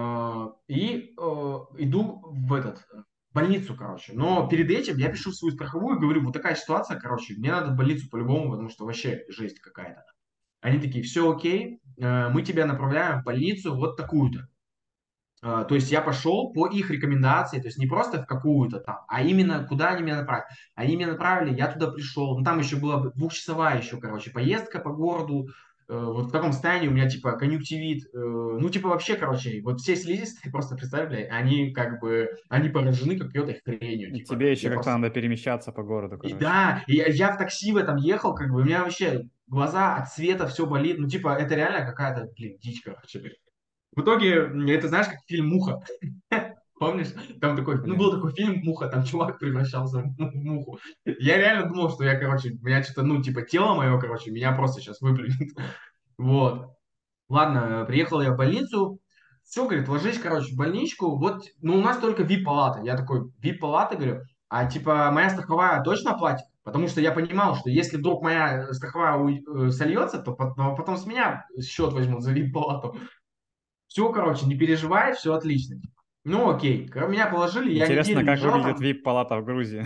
э, и э, иду в этот в больницу, короче. Но перед этим я пишу в свою страховую и говорю, вот такая ситуация, короче, мне надо в больницу по-любому, потому что вообще жесть какая-то. Они такие, все окей. э, мы тебя направляем в больницу вот такую-то. А, То есть я пошел по их рекомендации, то есть не просто в какую-то там, а именно куда они меня направили. Они меня направили, я туда пришел. Ну, там еще была двухчасовая еще, короче, поездка по городу. Э, Вот в таком состоянии у меня, типа, конъюнктивит. э, Ну, типа, вообще, короче, вот все слизистые, просто представь, блядь, они как бы, они поражены какой-то хренью, И типа. тебе еще Я как-то просто... надо перемещаться по городу, И короче. да, и я, я в такси в этом ехал, как бы, у меня вообще глаза от света, все болит. Ну, типа, это реально какая-то, блин, дичь, короче. В итоге, м, это знаешь, как фильм «Муха». Помнишь? Там такой, ну, был Блин. такой фильм «Муха», там чувак превращался в му- в муху. Я реально думал, что я, короче, у меня что-то, ну, типа, тело мое, короче, меня просто сейчас выплюнет. Вот. Ладно, приехал я в больницу. Все, говорит, ложись, короче, в больничку. Вот, ну, у нас только ви ай пи-палата. Я такой, ви ай пи-палата, говорю, а, типа, моя страховая точно оплатит? Потому что я понимал, что если вдруг моя страховая уй- э, сольется, то по- то потом с меня счет возьмут за ви ай пи-палату. Все, короче, не переживай, все отлично. Ну, окей. Кор- Меня положили, я Интересно, неделю как лежал выглядит там. ви ай пи-палата в Грузии.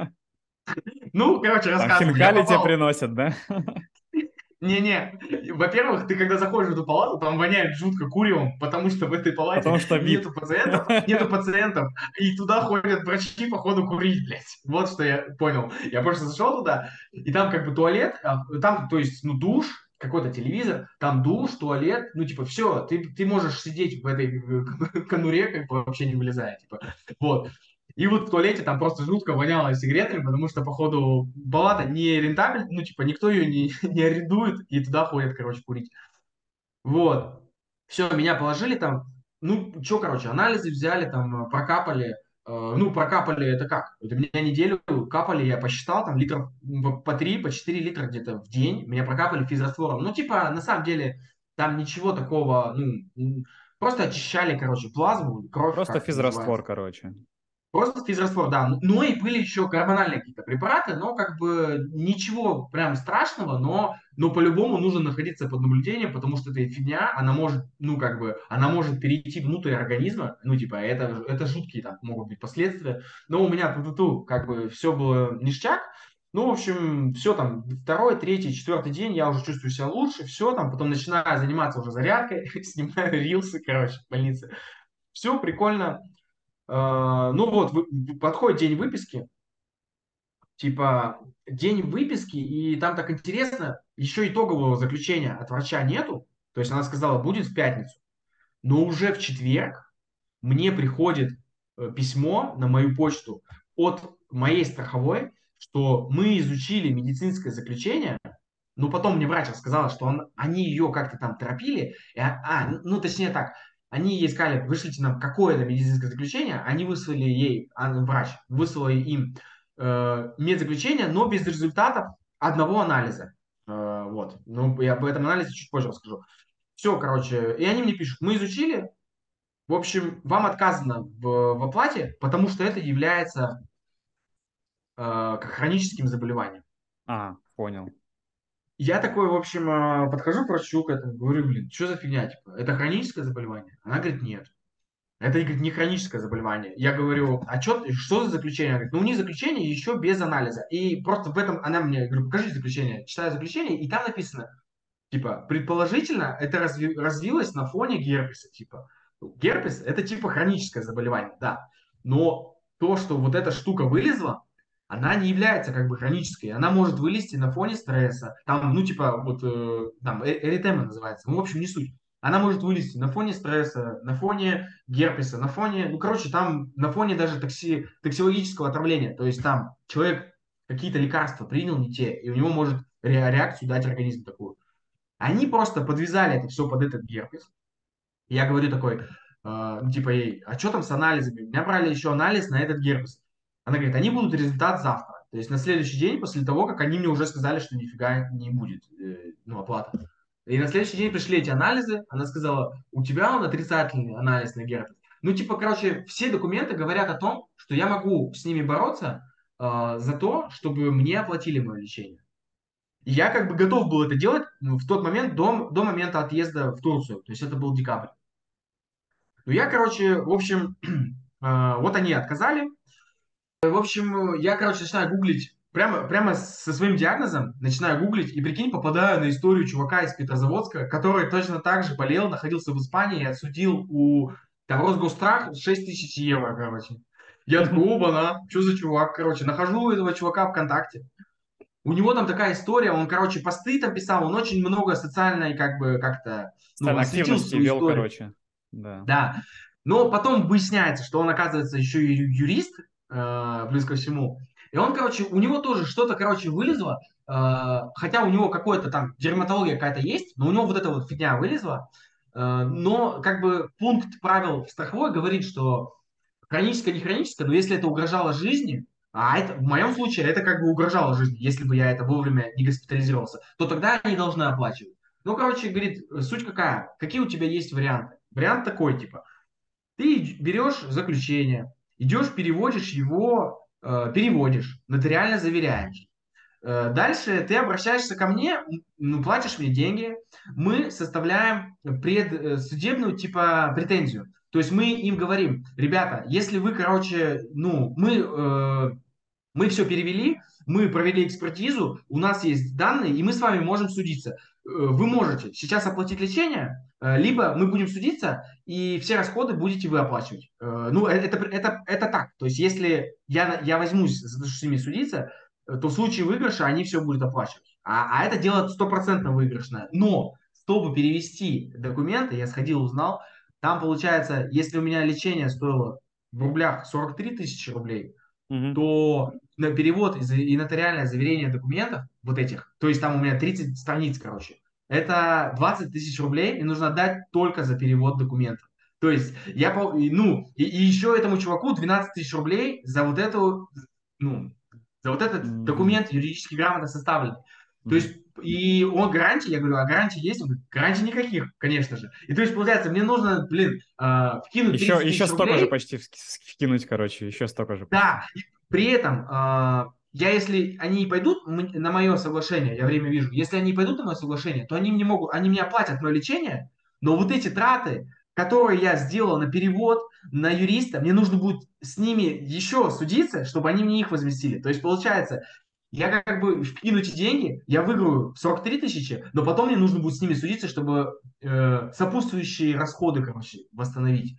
Ну, короче, Там рассказываю. Я хинкали тебе попал. приносят, да? Не-не. Во-первых, ты когда заходишь в эту палату, там воняет жутко куревом, потому что в этой палате Потому что ви ай пи. нету пациентов, нету пациентов, и туда ходят врачи, походу, курить, блядь. Вот что я понял. Я просто зашел туда, и там как бы туалет, а, там, то есть, ну, душ, какой-то телевизор, там душ, туалет, ну, типа, все, ты, ты можешь сидеть в этой э, конуре, как бы вообще не вылезая, типа, вот. И вот в туалете там просто жутко воняло сигаретами, потому что, походу, палата не рентабельна, ну, типа, никто ее не, не арендует, и туда ходят, короче, курить. Вот. Все, меня положили там. Ну, что, короче, анализы взяли, там, э, прокапали. Э, Ну, прокапали это как? Это меня неделю капали, я посчитал, там, литров м, по три, по четыре литра где-то в день. Меня прокапали физраствором. Ну, типа, на самом деле, там ничего такого, ну, м, просто очищали, короче, плазму, кровь, Просто как это физраствор, называется. короче. Просто физраствор, да. Ну и были еще гормональные какие-то препараты, но как бы ничего прям страшного, но, но по-любому нужно находиться под наблюдением, потому что эта фигня, она может, ну как бы, она может перейти внутрь организма, ну типа, это, это жуткие там могут быть последствия. Но у меня ту-ту-ту, как бы все было ништяк. Ну, в общем, все там, второй, третий, четвертый день я уже чувствую себя лучше, все там, потом начинаю заниматься уже зарядкой, снимаю рилсы, короче, в больнице. Все прикольно. А, Ну вот, вы- подходит день выписки, типа день выписки, и там так интересно, еще итогового заключения от врача нету, то есть она сказала, будет в пятницу, но уже в четверг мне приходит э, письмо на мою почту от моей страховой, что мы изучили медицинское заключение, но потом мне врач рассказала, что он, они ее как-то там торопили, и, а, а, ну точнее так, они ей сказали, вышлите нам какое-то медицинское заключение, они выслали ей, а, врач выслал им э, медзаключение, но без результатов одного анализа. Э, вот, ну я об этом анализе чуть позже расскажу. Все, короче, и они мне пишут, мы изучили, в общем, вам отказано в, в оплате, потому что это является э, как хроническим заболеванием. А, понял. Я такой, в общем, э, подхожу к врачу к этому, говорю, блин, что за фигня, типа, это хроническое заболевание? Она говорит, нет. Это, говорит, не хроническое заболевание. Я говорю, а чё, что за заключение? Она говорит, ну, у них заключение еще без анализа. И просто в этом она мне, говорю, покажи заключение. Читаю заключение, и там написано, типа, предположительно, это разви- развилось на фоне герпеса, типа. Герпес– это типа хроническое заболевание, да. Но то, что вот эта штука вылезла, она не является как бы хронической. Она может вылезти на фоне стресса. Там, ну, типа, вот, э, там, э- эритема называется. Ну, в общем, не суть. Она может вылезти на фоне стресса, на фоне герпеса, на фоне, ну, короче, там, на фоне даже токси, токсикологического отравления. То есть там человек какие-то лекарства принял не те, и у него может ре- реакцию дать организм такую. Они просто подвязали это все под этот герпес. Я говорю такой, э, ну, типа, ей, а что там с анализами? У меня брали еще анализ на этот герпес. Она говорит, они будут результат завтра. То есть на следующий день, после того, как они мне уже сказали, что нифига не будет, э, ну, оплата. И на следующий день пришли эти анализы. Она сказала, у тебя он отрицательный анализ на герпес. Ну, типа, короче, все документы говорят о том, что я могу с ними бороться э, за то, чтобы мне оплатили мое лечение. И я как бы готов был это делать ну, в тот момент, до, до момента отъезда в Турцию. То есть это был декабрь. Ну, я, короче, в общем, э, вот они отказали. В общем, я, короче, начинаю гуглить прямо, прямо со своим диагнозом начинаю гуглить и, прикинь, попадаю на историю чувака из Петрозаводска, который точно так же болел, находился в Испании и отсудил у там Росгострах шесть тысяч евро, короче. Я такой, оба-на, что за чувак, короче. Нахожу этого чувака ВКонтакте. У него там такая история, он, короче, посты там писал, он очень много социальной, как бы, как-то, ну, Социальной осветил активности свою вел, историю. короче. Да. Да. Но потом выясняется, что он, оказывается, еще и ю- юрист, э, плюс ко всему. И он, короче, у него тоже что-то, короче, вылезло, э, хотя у него какое-то там дерматология какая-то есть, но у него вот эта вот фигня вылезла. Э, но, как бы, пункт правил в страховой говорит, что хроническое, не хроническое, но если это угрожало жизни, а это, в моем случае это как бы угрожало жизни, если бы я это вовремя не госпитализировался, то тогда они должны оплачивать. Ну, короче, говорит, суть какая? Какие у тебя есть варианты? Вариант такой, типа, ты берешь заключение, идешь, переводишь его, э, переводишь, нотариально заверяешь. Э, Дальше ты обращаешься ко мне, ну, платишь мне деньги, мы составляем предсудебную типа претензию. То есть мы им говорим, ребята, если вы, короче, ну, мы э, мы все перевели, мы провели экспертизу, у нас есть данные, и мы с вами можем судиться. Э, Вы можете сейчас оплатить лечение, э, либо мы будем судиться, и все расходы будете вы оплачивать. Э, Ну, э, это, это, это так. То есть, если я, я возьмусь с ними судиться, э, то в случае выигрыша они все будут оплачивать. А, а это дело стопроцентно выигрышное. Но, чтобы перевести документы, я сходил, узнал, там получается, если у меня лечение стоило в рублях сорок три тысячи рублей, Мгм. то на перевод и, за- и нотариальное заверение документов вот этих, то есть там у меня тридцать страниц, короче, это двадцать тысяч рублей, и нужно отдать только за перевод документов. То есть я, пол- и, ну, и, и еще этому чуваку двенадцать тысяч рублей за вот эту, ну, за вот этот Мгм. документ юридически грамотно составленный. То Мгм. есть, и он гарантии, я говорю, а гарантии есть? Он говорит, гарантий никаких, конечно же. И то есть, получается, мне нужно, блин, а, вкинуть Еще, тридцать еще тысяч столько же рублей, почти вки- вкинуть, короче, еще столько же почти. да, и при этом а, я, если они пойдут м- на мое соглашение, я время вижу, если они пойдут на мое соглашение, то они мне могут, они мне оплатят мое лечение, но вот эти траты, которые я сделал на перевод, на юриста, мне нужно будет с ними еще судиться, чтобы они мне их возместили. То есть получается, я как бы вкину эти деньги, я выиграю сорок три тысячи, но потом мне нужно будет с ними судиться, чтобы э, сопутствующие расходы, короче, восстановить.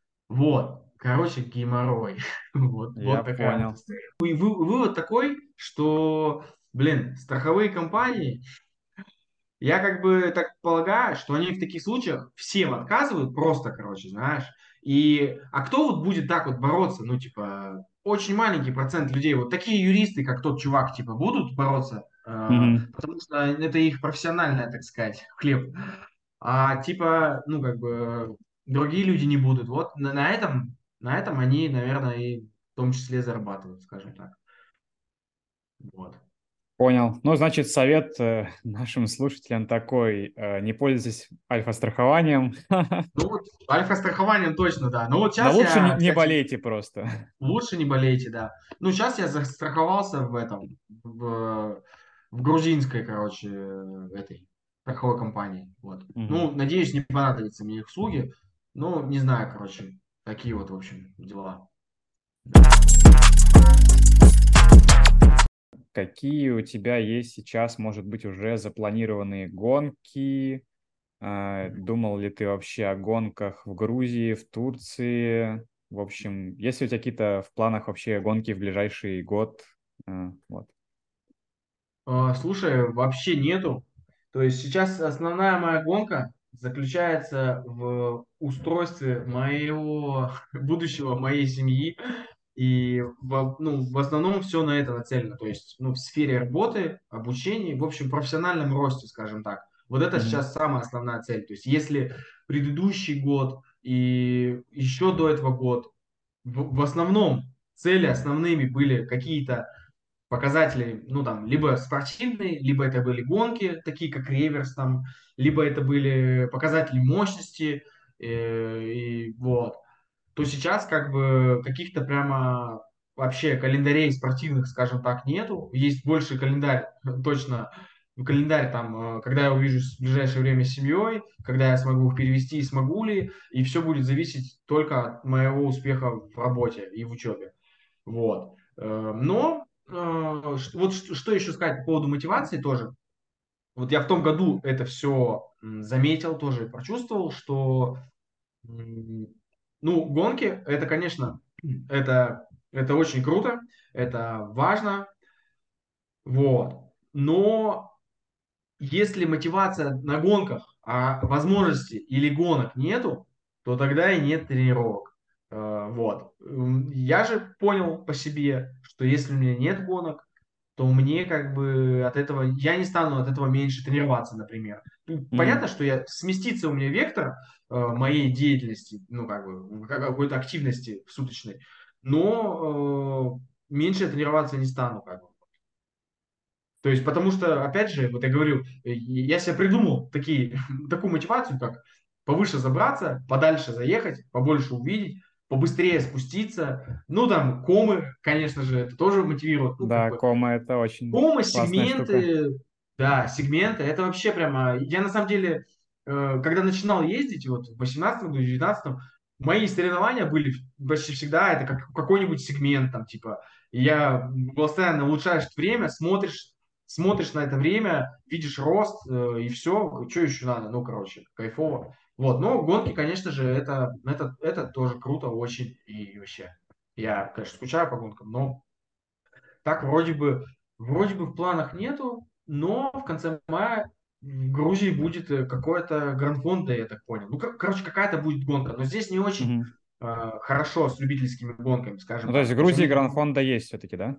Вот, короче, геморрой. Вот, Я вот такая вот понял. история. И вы- вывод такой, что, блин, страховые компании, я как бы так полагаю, что они в таких случаях всем отказывают просто, короче, знаешь. И, а кто вот будет так вот бороться? Ну, типа, очень маленький процент людей, вот такие юристы, как тот чувак, типа, будут бороться, э, Мгм. потому что это их профессиональная, так сказать, хлеб. А типа, ну, как бы, другие люди не будут. Вот на, на этом, на этом они, наверное, и в том числе зарабатывают, скажем так. Вот. Понял. Ну, значит, совет э, нашим слушателям такой: э, не пользуйтесь альфа-страхованием, Ну вот, альфа-страхованием точно, да. Ну вот но сейчас лучше не, я, не кстати, болейте просто. лучше не болейте, да. Ну, сейчас я застраховался в этом, в, в грузинской, короче, этой страховой компании. Вот. Мгм. Ну, надеюсь, не понадобятся мне их услуги. Ну, не знаю, короче, такие вот, в общем, дела. Да. Какие у тебя есть сейчас, может быть, уже запланированные гонки? А, Думал ли ты вообще о гонках в Грузии, в Турции? В общем, есть ли у тебя какие-то в планах вообще гонки в ближайший год? А, Вот. А, Слушай, вообще нету. То есть сейчас основная моя гонка заключается в устройстве моего будущего, моей семьи. И в, ну, в основном все на это нацелено. То есть ну, в сфере работы, обучения, в общем, профессиональном росте, скажем так. Вот это Мгм. сейчас самая основная цель. То есть если предыдущий год и еще до этого год в, в основном цели основными были какие-то показатели, ну там, либо спортивные, либо это были гонки, такие как реверс, там, либо это были показатели мощности, э, и вот, то сейчас как бы каких-то прямо вообще календарей спортивных, скажем так, нету. Есть больше календарь, точно, календарь там, э, когда я увижусь в ближайшее время с семьей, когда я смогу их перевести и смогу ли, и все будет зависеть только от моего успеха в работе и в учебе. Вот. Э, Но э, э, ш- вот ш- что еще сказать по поводу мотивации тоже. Вот я в том году это все заметил, тоже прочувствовал, что м, ну, гонки, это, конечно, это, это очень круто, это важно, вот. Но если мотивация на гонках, а возможности или гонок нету, то тогда и нет тренировок. Э, Вот. М, Я же понял по себе, что если у меня нет гонок, то мне как бы от этого, я не стану от этого меньше тренироваться, например. Ну, Мгм. понятно, что я, сместится у меня вектор э, моей деятельности, ну, как бы, как- какой-то активности суточной, но э, меньше я тренироваться не стану, как бы. То есть, потому что, опять же, вот я говорю, э, я себе придумал такие, такую мотивацию, как повыше забраться, подальше заехать, побольше увидеть, побыстрее спуститься. Ну, там, комы, конечно же, это тоже мотивирует. Ну, как Да, бы, кома это очень комы, классная штука. сегменты, да, сегменты, это вообще прямо... Я, на самом деле, э, когда начинал ездить, вот, в восемнадцатом году, в девятнадцатом, мои соревнования были почти всегда, это как какой-нибудь сегмент, там, типа, и я постоянно улучшаешь время, смотришь, смотришь на это время, видишь рост, э, и все, что еще надо, ну, короче, кайфово. Вот, но гонки, конечно же, это, это, это тоже круто очень, и вообще, я, конечно, скучаю по гонкам, но так вроде бы, вроде бы в планах нету, но в конце мая в Грузии будет э, какое-то гран-фондо, я так понял. Ну, кор- короче, какая-то будет гонка, но здесь не очень Мгм. э, хорошо с любительскими гонками, Ну, скажем то есть в так. То есть Грузии они там, гран-фонда есть все-таки, да?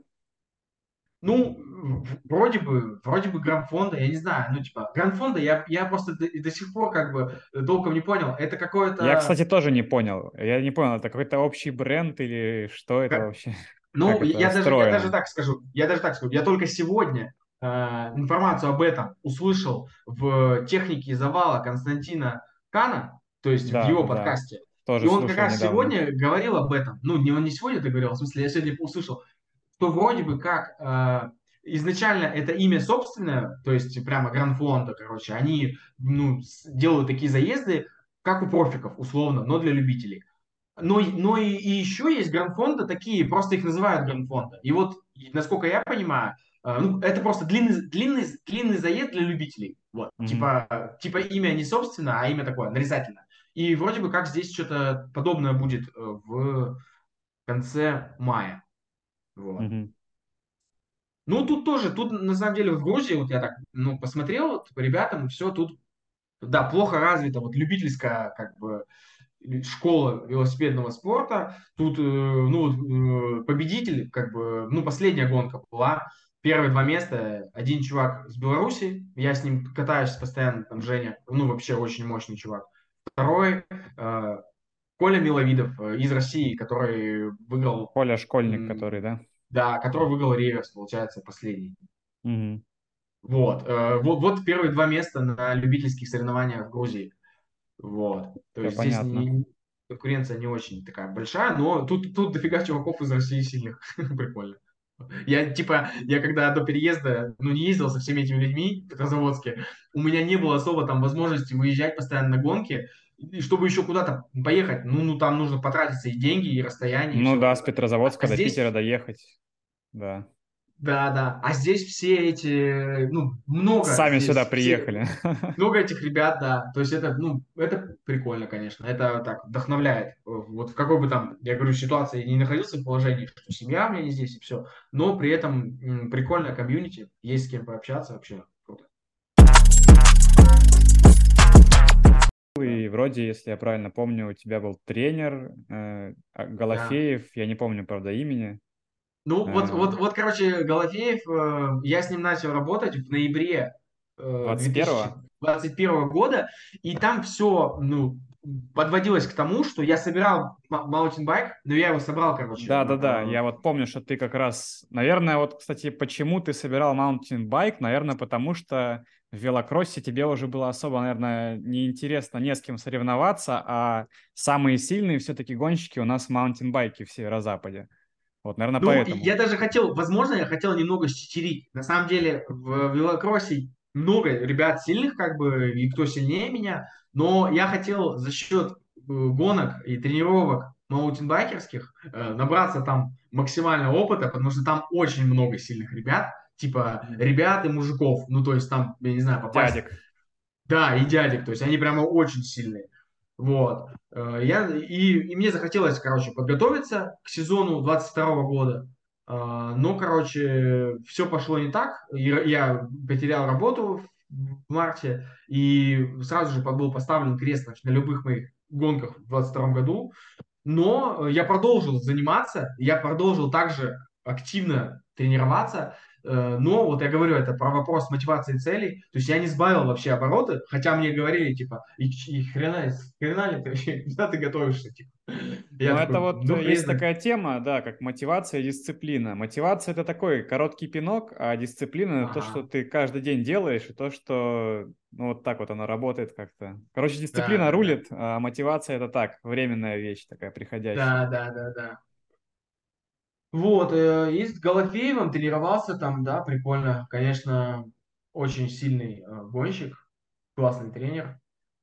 ну, в- вроде бы, вроде бы гран-фондо, я не знаю, ну, типа, гран-фондо я, я просто до, до сих пор как бы э, толком не понял. Это Я, какое-то... кстати, тоже не понял. Я не понял, это какой-то общий бренд или что это вообще? Как Ну, это я даже, я даже устроено? так скажу, я даже так скажу, я только сегодня э, информацию об этом услышал в технике завала Константина Кана, то есть в Да, его да, да. подкасте. И Тоже он как слушал раз недавно. сегодня говорил об этом. Ну, не он не сегодня это говорил, в смысле, я сегодня услышал, что вроде бы как э, изначально это имя собственное, то есть прямо Гран-фонда, короче, они ну, с- делают такие заезды, как у профиков, условно, но для любителей. Но, но и, и еще есть гранд-фонды такие, просто их называют гранд-фонда. И вот, и насколько я понимаю, э, ну, это просто длинный, длинный, длинный заезд для любителей. Вот. Мгм. Типа, типа имя не собственно, а имя такое, нарицательное. И вроде бы как здесь что-то подобное будет э, в конце мая. Вот. Мгм. Ну, тут тоже, тут на самом деле в Грузии, вот я так, ну, посмотрел вот, по ребятам, все тут, да, плохо развито, вот любительская, как бы, школа велосипедного спорта. Тут, э, ну, э, победитель, как бы, ну, последняя гонка была. Первые два места. Один чувак с Беларуси, я с ним катаюсь постоянно, там, Женя, ну, вообще очень мощный чувак. Второй, э, Коля Миловидов э, из России, который выиграл, Коля Школьник, который, м, да? да, который выиграл реверс, получается, последний. Мгм. Вот, э, вот, вот первые два места на любительских соревнованиях в Грузии. Вот. То Все есть здесь понятно. не, конкуренция не очень такая большая, но тут, тут дофига чуваков из России сильных. Прикольно. Я, типа, я когда до переезда, ну, не ездил со всеми этими людьми в Петрозаводске, у меня не было особо там возможности выезжать постоянно на гонки, и чтобы еще куда-то поехать, ну, ну, там нужно потратиться и деньги, и расстояние, и Ну все да, вот с это. А, а Петрозаводска до Питера здесь доехать. Да. да, да. А здесь все эти, ну, много Сами сюда здесь, все, приехали. много этих ребят, да. То есть это, ну, это прикольно, конечно. Это так вдохновляет. Вот в какой бы там, я говорю, ситуации я не находился в положении, что семья у меня не здесь и все, но при этом м, прикольная комьюнити, есть с кем пообщаться вообще. Круто. Да, И вроде, если я правильно помню, у тебя был тренер э, а- да. Голофеев, я не помню, правда, имени. Ну, вот, Э, вот, вот, короче, Голофеев, э, я с ним начал работать в ноябре э, двадцать первого? две тысячи двадцать первого года, и там все, ну, подводилось к тому, что я собирал ма- маунтинбайк, но я его собрал, короче, Да-да-да, э, я вот помню, что ты как раз, наверное, вот, кстати, почему ты собирал маунтинбайк, наверное, потому что в велокроссе тебе уже было особо, наверное, неинтересно не с кем соревноваться, а самые сильные все-таки гонщики у нас маунтинбайки в северо-западе. Вот, наверное, ну, и поэтому. я даже хотел, возможно, я хотел немного считерить. На самом деле, в велокроссе много ребят сильных, как бы, и кто сильнее меня, но я хотел за счет э, гонок и тренировок маунтинбайкерских, э, набраться там максимально опыта, потому что там очень много сильных ребят, типа Мгм. ребят и мужиков, ну, то есть там, я не знаю, попасть, Дядек. да, и дядек, то есть они прямо очень сильные. Вот. Э, Я, и, и мне захотелось, короче, подготовиться к сезону двадцать второго года. А, Но, короче, все пошло не так. И р- Я потерял работу в марте и сразу же был поставлен крест на на любых моих гонках в двадцать втором году. Но э, я продолжил заниматься, я продолжил также активно тренироваться. Э, Но вот я говорю, это про вопрос мотивации и целей. То есть я не сбавил вообще обороты, хотя мне говорили, типа, и, ч- и хрена, хрена ли ты вообще, куда ты готовишься, типа. Я Но это такой, вот ну, э, есть хрен. такая тема, да, как мотивация и дисциплина. Мотивация – это такой короткий пинок, а дисциплина – это то, что Ага, ты каждый день делаешь, и то, что ну, вот так вот оно работает как-то. Короче, да, дисциплина да, да. рулит, а мотивация – это так, временная вещь такая, приходящая. Да, да, да, да. Вот, э, и с Голофеевым тренировался там, да, прикольно. Конечно, очень сильный э, гонщик, классный тренер.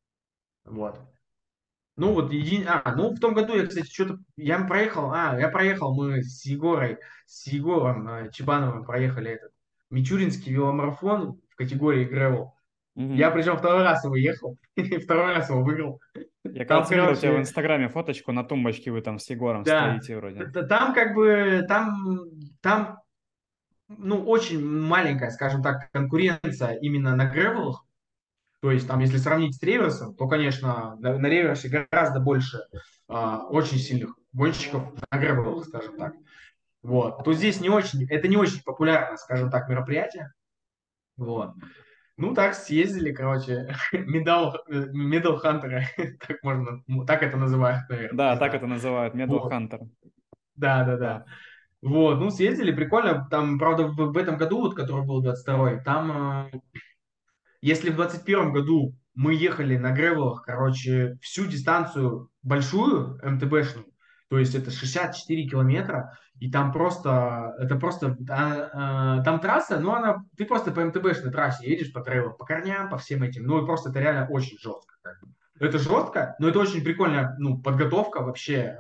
Вот. Ну, вот един... А, ну, в том году я, кстати, что-то... Я проехал... А, я проехал, мы с Егорой, с Егором э, Чебановым проехали этот Мичуринский веломарафон в категории грэвел. Я, Мгм. причем, второй раз его ехал, и второй раз его выиграл. Я, Там, кажется, видел у тебя в короче, Инстаграме фоточку на тумбочке, вы там с Егором да, стоите т- вроде. т- там как бы, там, там, ну, очень маленькая, скажем так, конкуренция именно на гревелах. То есть, там, если сравнить с реверсом, то, конечно, на, на реверсе гораздо больше а, очень сильных гонщиков на гребелах, скажем так. Вот. То здесь не очень, это не очень популярное, скажем так, мероприятие. Вот. Ну, так съездили, короче, медал, медал хантеры, так можно, так это называют, наверное, Да, не так знаю. это называют, Medal Вот. Hunter. Да, да, Да. да. Вот, ну, съездили, прикольно. Там, правда, в, в этом году, вот, который был двадцать второй, там э, если в двадцать первом году мы ехали на гревелах, короче, всю дистанцию большую, эм тэ бэ-шную, то есть это шестьдесят четыре километра, и там просто, это просто, а, а, там трасса, ну, она, ты просто по эм тэ бэ-шной трассе едешь по трейлам, по корням, по всем этим, ну, и просто это реально очень жестко. как бы. Это жестко, но это очень прикольная, ну, подготовка вообще.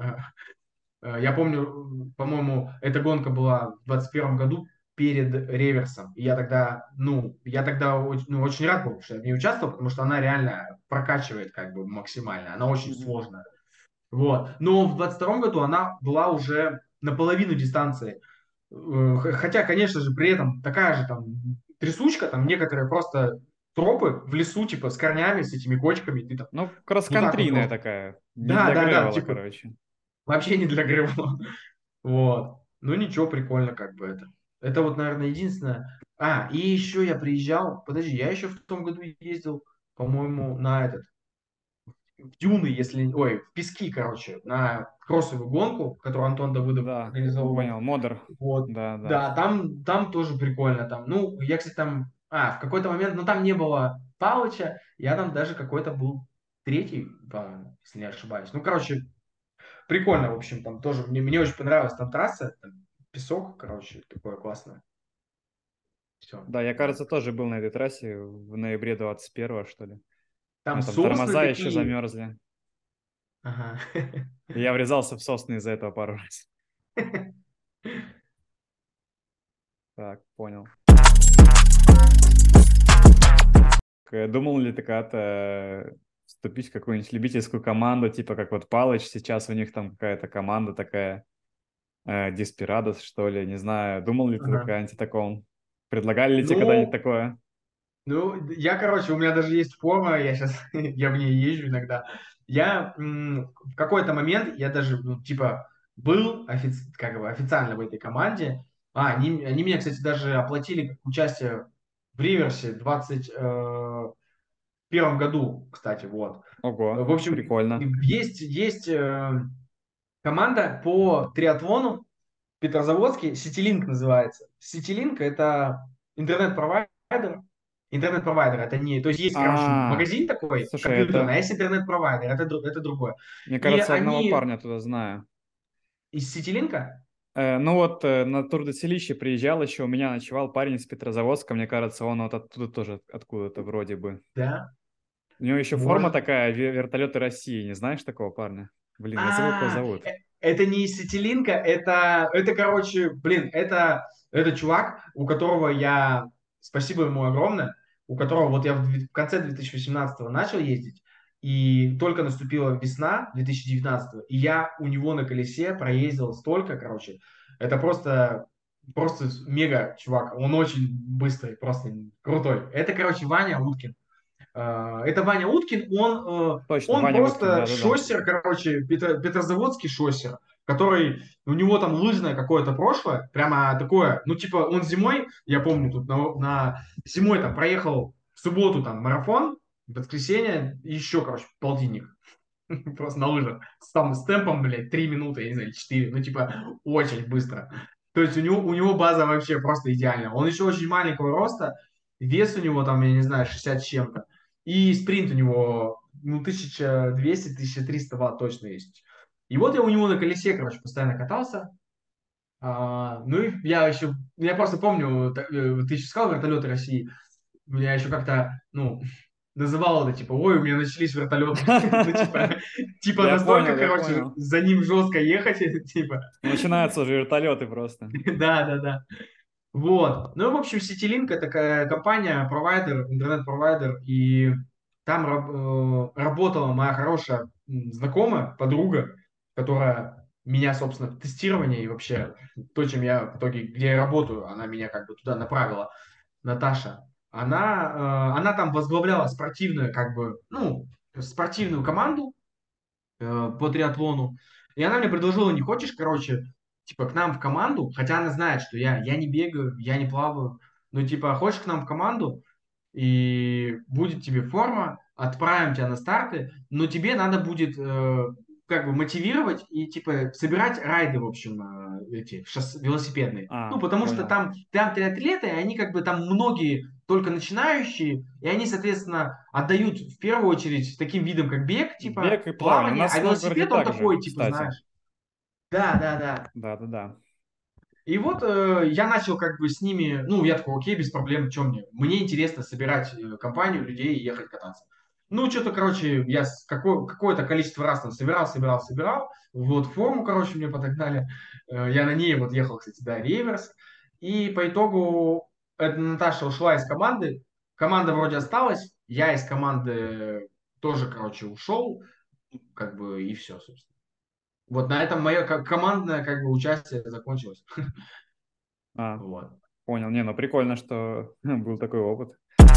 Э, Я помню, по-моему, эта гонка была в двадцать первом году перед реверсом. И я тогда, ну, я тогда очень, ну, очень рад был, что я в ней участвовал, потому что она реально прокачивает как бы максимально. Она очень Мгм. сложная. Вот. Но в двадцать втором году она была уже наполовину дистанции. Э, х- Хотя, конечно же, при этом такая же там трясучка, там некоторые просто тропы в лесу, типа, с корнями, с этими кочками, ты там Ну, вот так вот кросс-контрийная просто. такая, не Да, для да, да, гревела, типа, короче. вообще не для грива. Вот. Ну ничего, прикольно как бы это. Это вот, наверное, единственное. А, и еще я приезжал, подожди, я еще в том году ездил, по-моему, на этот, в Дюны, если, ой, в Пески, короче, на кроссовую гонку, которую Антон Давыдов Да, организовывал. понял, модер. Вот. Да, да. Да, там, там тоже прикольно. Там, ну, я, кстати, там, а, в какой-то момент, ну, там не было Палыча, я там даже какой-то был третий, по- если не ошибаюсь. Ну, короче, прикольно, в общем, там тоже, мне, мне очень понравилась там трасса, там песок, короче, такое классное. Все, Да, я, да. кажется, тоже был на этой трассе в ноябре двадцать первого, что ли. У Там меня там сосны тормоза еще такие. замерзли. Ага. И я врезался в сосны из-за этого пару раз. Так, понял. К- Думал ли ты когда-то э, вступить в какую-нибудь любительскую команду, типа как вот Палыч, сейчас у них там какая-то команда такая, э, Деспирадос, что ли, не знаю. Думал ли ты Ага. когда-нибудь о таком? Предлагали ли тебе когда-нибудь Ну, такое? ну, я, короче, у меня даже есть форма, я сейчас, я в ней езжу иногда. Я м, в какой-то момент, я даже, ну, типа, был офици- как бы официально в этой команде. А, они, они меня, кстати, даже оплатили как участие в Риверсе двадцать первом году, кстати, вот. В Ого, общем, прикольно. есть, есть э, команда по триатлону в Петрозаводске, Ситилинк называется. Ситилинк – это интернет-провайдер. Интернет-провайдер – это не… То есть есть, короче, А, магазин такой слушай, компьютерный, а это, есть интернет-провайдер, это, дру- это другое. мне И кажется, одного они парня туда знаю. из Ситилинка, Э, ну вот э, на Тур де Селище приезжал еще, у меня ночевал парень из Петрозаводска, мне кажется, он вот оттуда тоже откуда-то вроде бы. да, У него еще форма может. такая, ве- вертолеты России, не знаешь такого парня? Блин, я забыл, кого А, зовут. э, это не Сетилинка, это, это, короче, блин, это, это чувак, у которого я, спасибо ему огромное, у которого вот я в, две- в конце две тысячи восемнадцатого начал ездить, и только наступила весна две тысячи девятнадцатого, и я у него на колесе проездил столько, короче, это просто, просто мега чувак, он очень быстрый, просто крутой. Это, короче, Ваня Уткин. А, Это Ваня Уткин, он, э, Точно, он Ваня Уткин, просто да-да-да. шоссер, короче, петро- петрозаводский шоссер, который, у него там лыжное какое-то прошлое, прямо такое, ну, типа, он зимой, я помню, тут на, на- зимой там проехал в субботу там марафон, в воскресенье еще, короче, полтинник, просто на лыжах, с, там, с темпом, блядь, три минуты, я не знаю, четыре, ну, типа, очень быстро. То есть у него, у него база вообще просто идеальная. Он еще очень маленького роста, вес у него там, я не знаю, шестьдесят с чем-то. И спринт у него, ну, тысяча двести тысяча триста ватт точно есть. И вот я у него на колесе, короче, постоянно катался. А, ну и я еще, я просто помню, т- э, ты еще сказал вертолеты России. Я еще как-то, ну, называл это, типа, ой, у меня начались вертолеты. Ну, типа, типа Я настолько, понял, я короче, понял. за ним жестко ехать, типа. Начинаются уже вертолеты просто. Да, да, да. Вот. Ну, в общем, Ситилинк это такая компания, провайдер, интернет-провайдер, и там раб- э, работала моя хорошая м, знакомая, подруга, которая меня, собственно, в тестирование и вообще то, чем я в итоге, где я работаю, она меня как бы туда направила, Наташа. Она, э, она там возглавляла спортивную, как бы, ну, спортивную команду, э, по триатлону. И она мне предложила, не хочешь, короче, типа, к нам в команду, хотя она знает, что я, я не бегаю, я не плаваю, но, типа, хочешь к нам в команду, и будет тебе форма, отправим тебя на старты, но тебе надо будет э, как бы мотивировать и типа собирать райды, в общем, э, эти шосс- велосипедные. Ну, А, потому что понял. там, там триатлеты, и они как бы там многие только начинающие, и они, соответственно, отдают в первую очередь таким видам, как бег, Бег типа и плавание. У плавание, нас а в Новгороде велосипед он также, такой, типа, кстати. знаешь. Да, да, да. Да-да-да. И вот э, я начал как бы с ними, ну, я такой, окей, без проблем, что мне? Мне интересно собирать э, компанию людей и ехать кататься. Ну, что-то, короче, я с- какое, какое-то количество раз там собирал, собирал, собирал. Вот форму, короче, мне подогнали. Э, я на ней вот ехал, кстати, да, реверс. И по итогу эта Наташа ушла из команды. Команда вроде осталась. Я из команды тоже, короче, ушел. Как бы и все, собственно. Вот на этом мое ко- командное как бы участие закончилось. А, Вот. понял. Не, ну прикольно, что был такой опыт.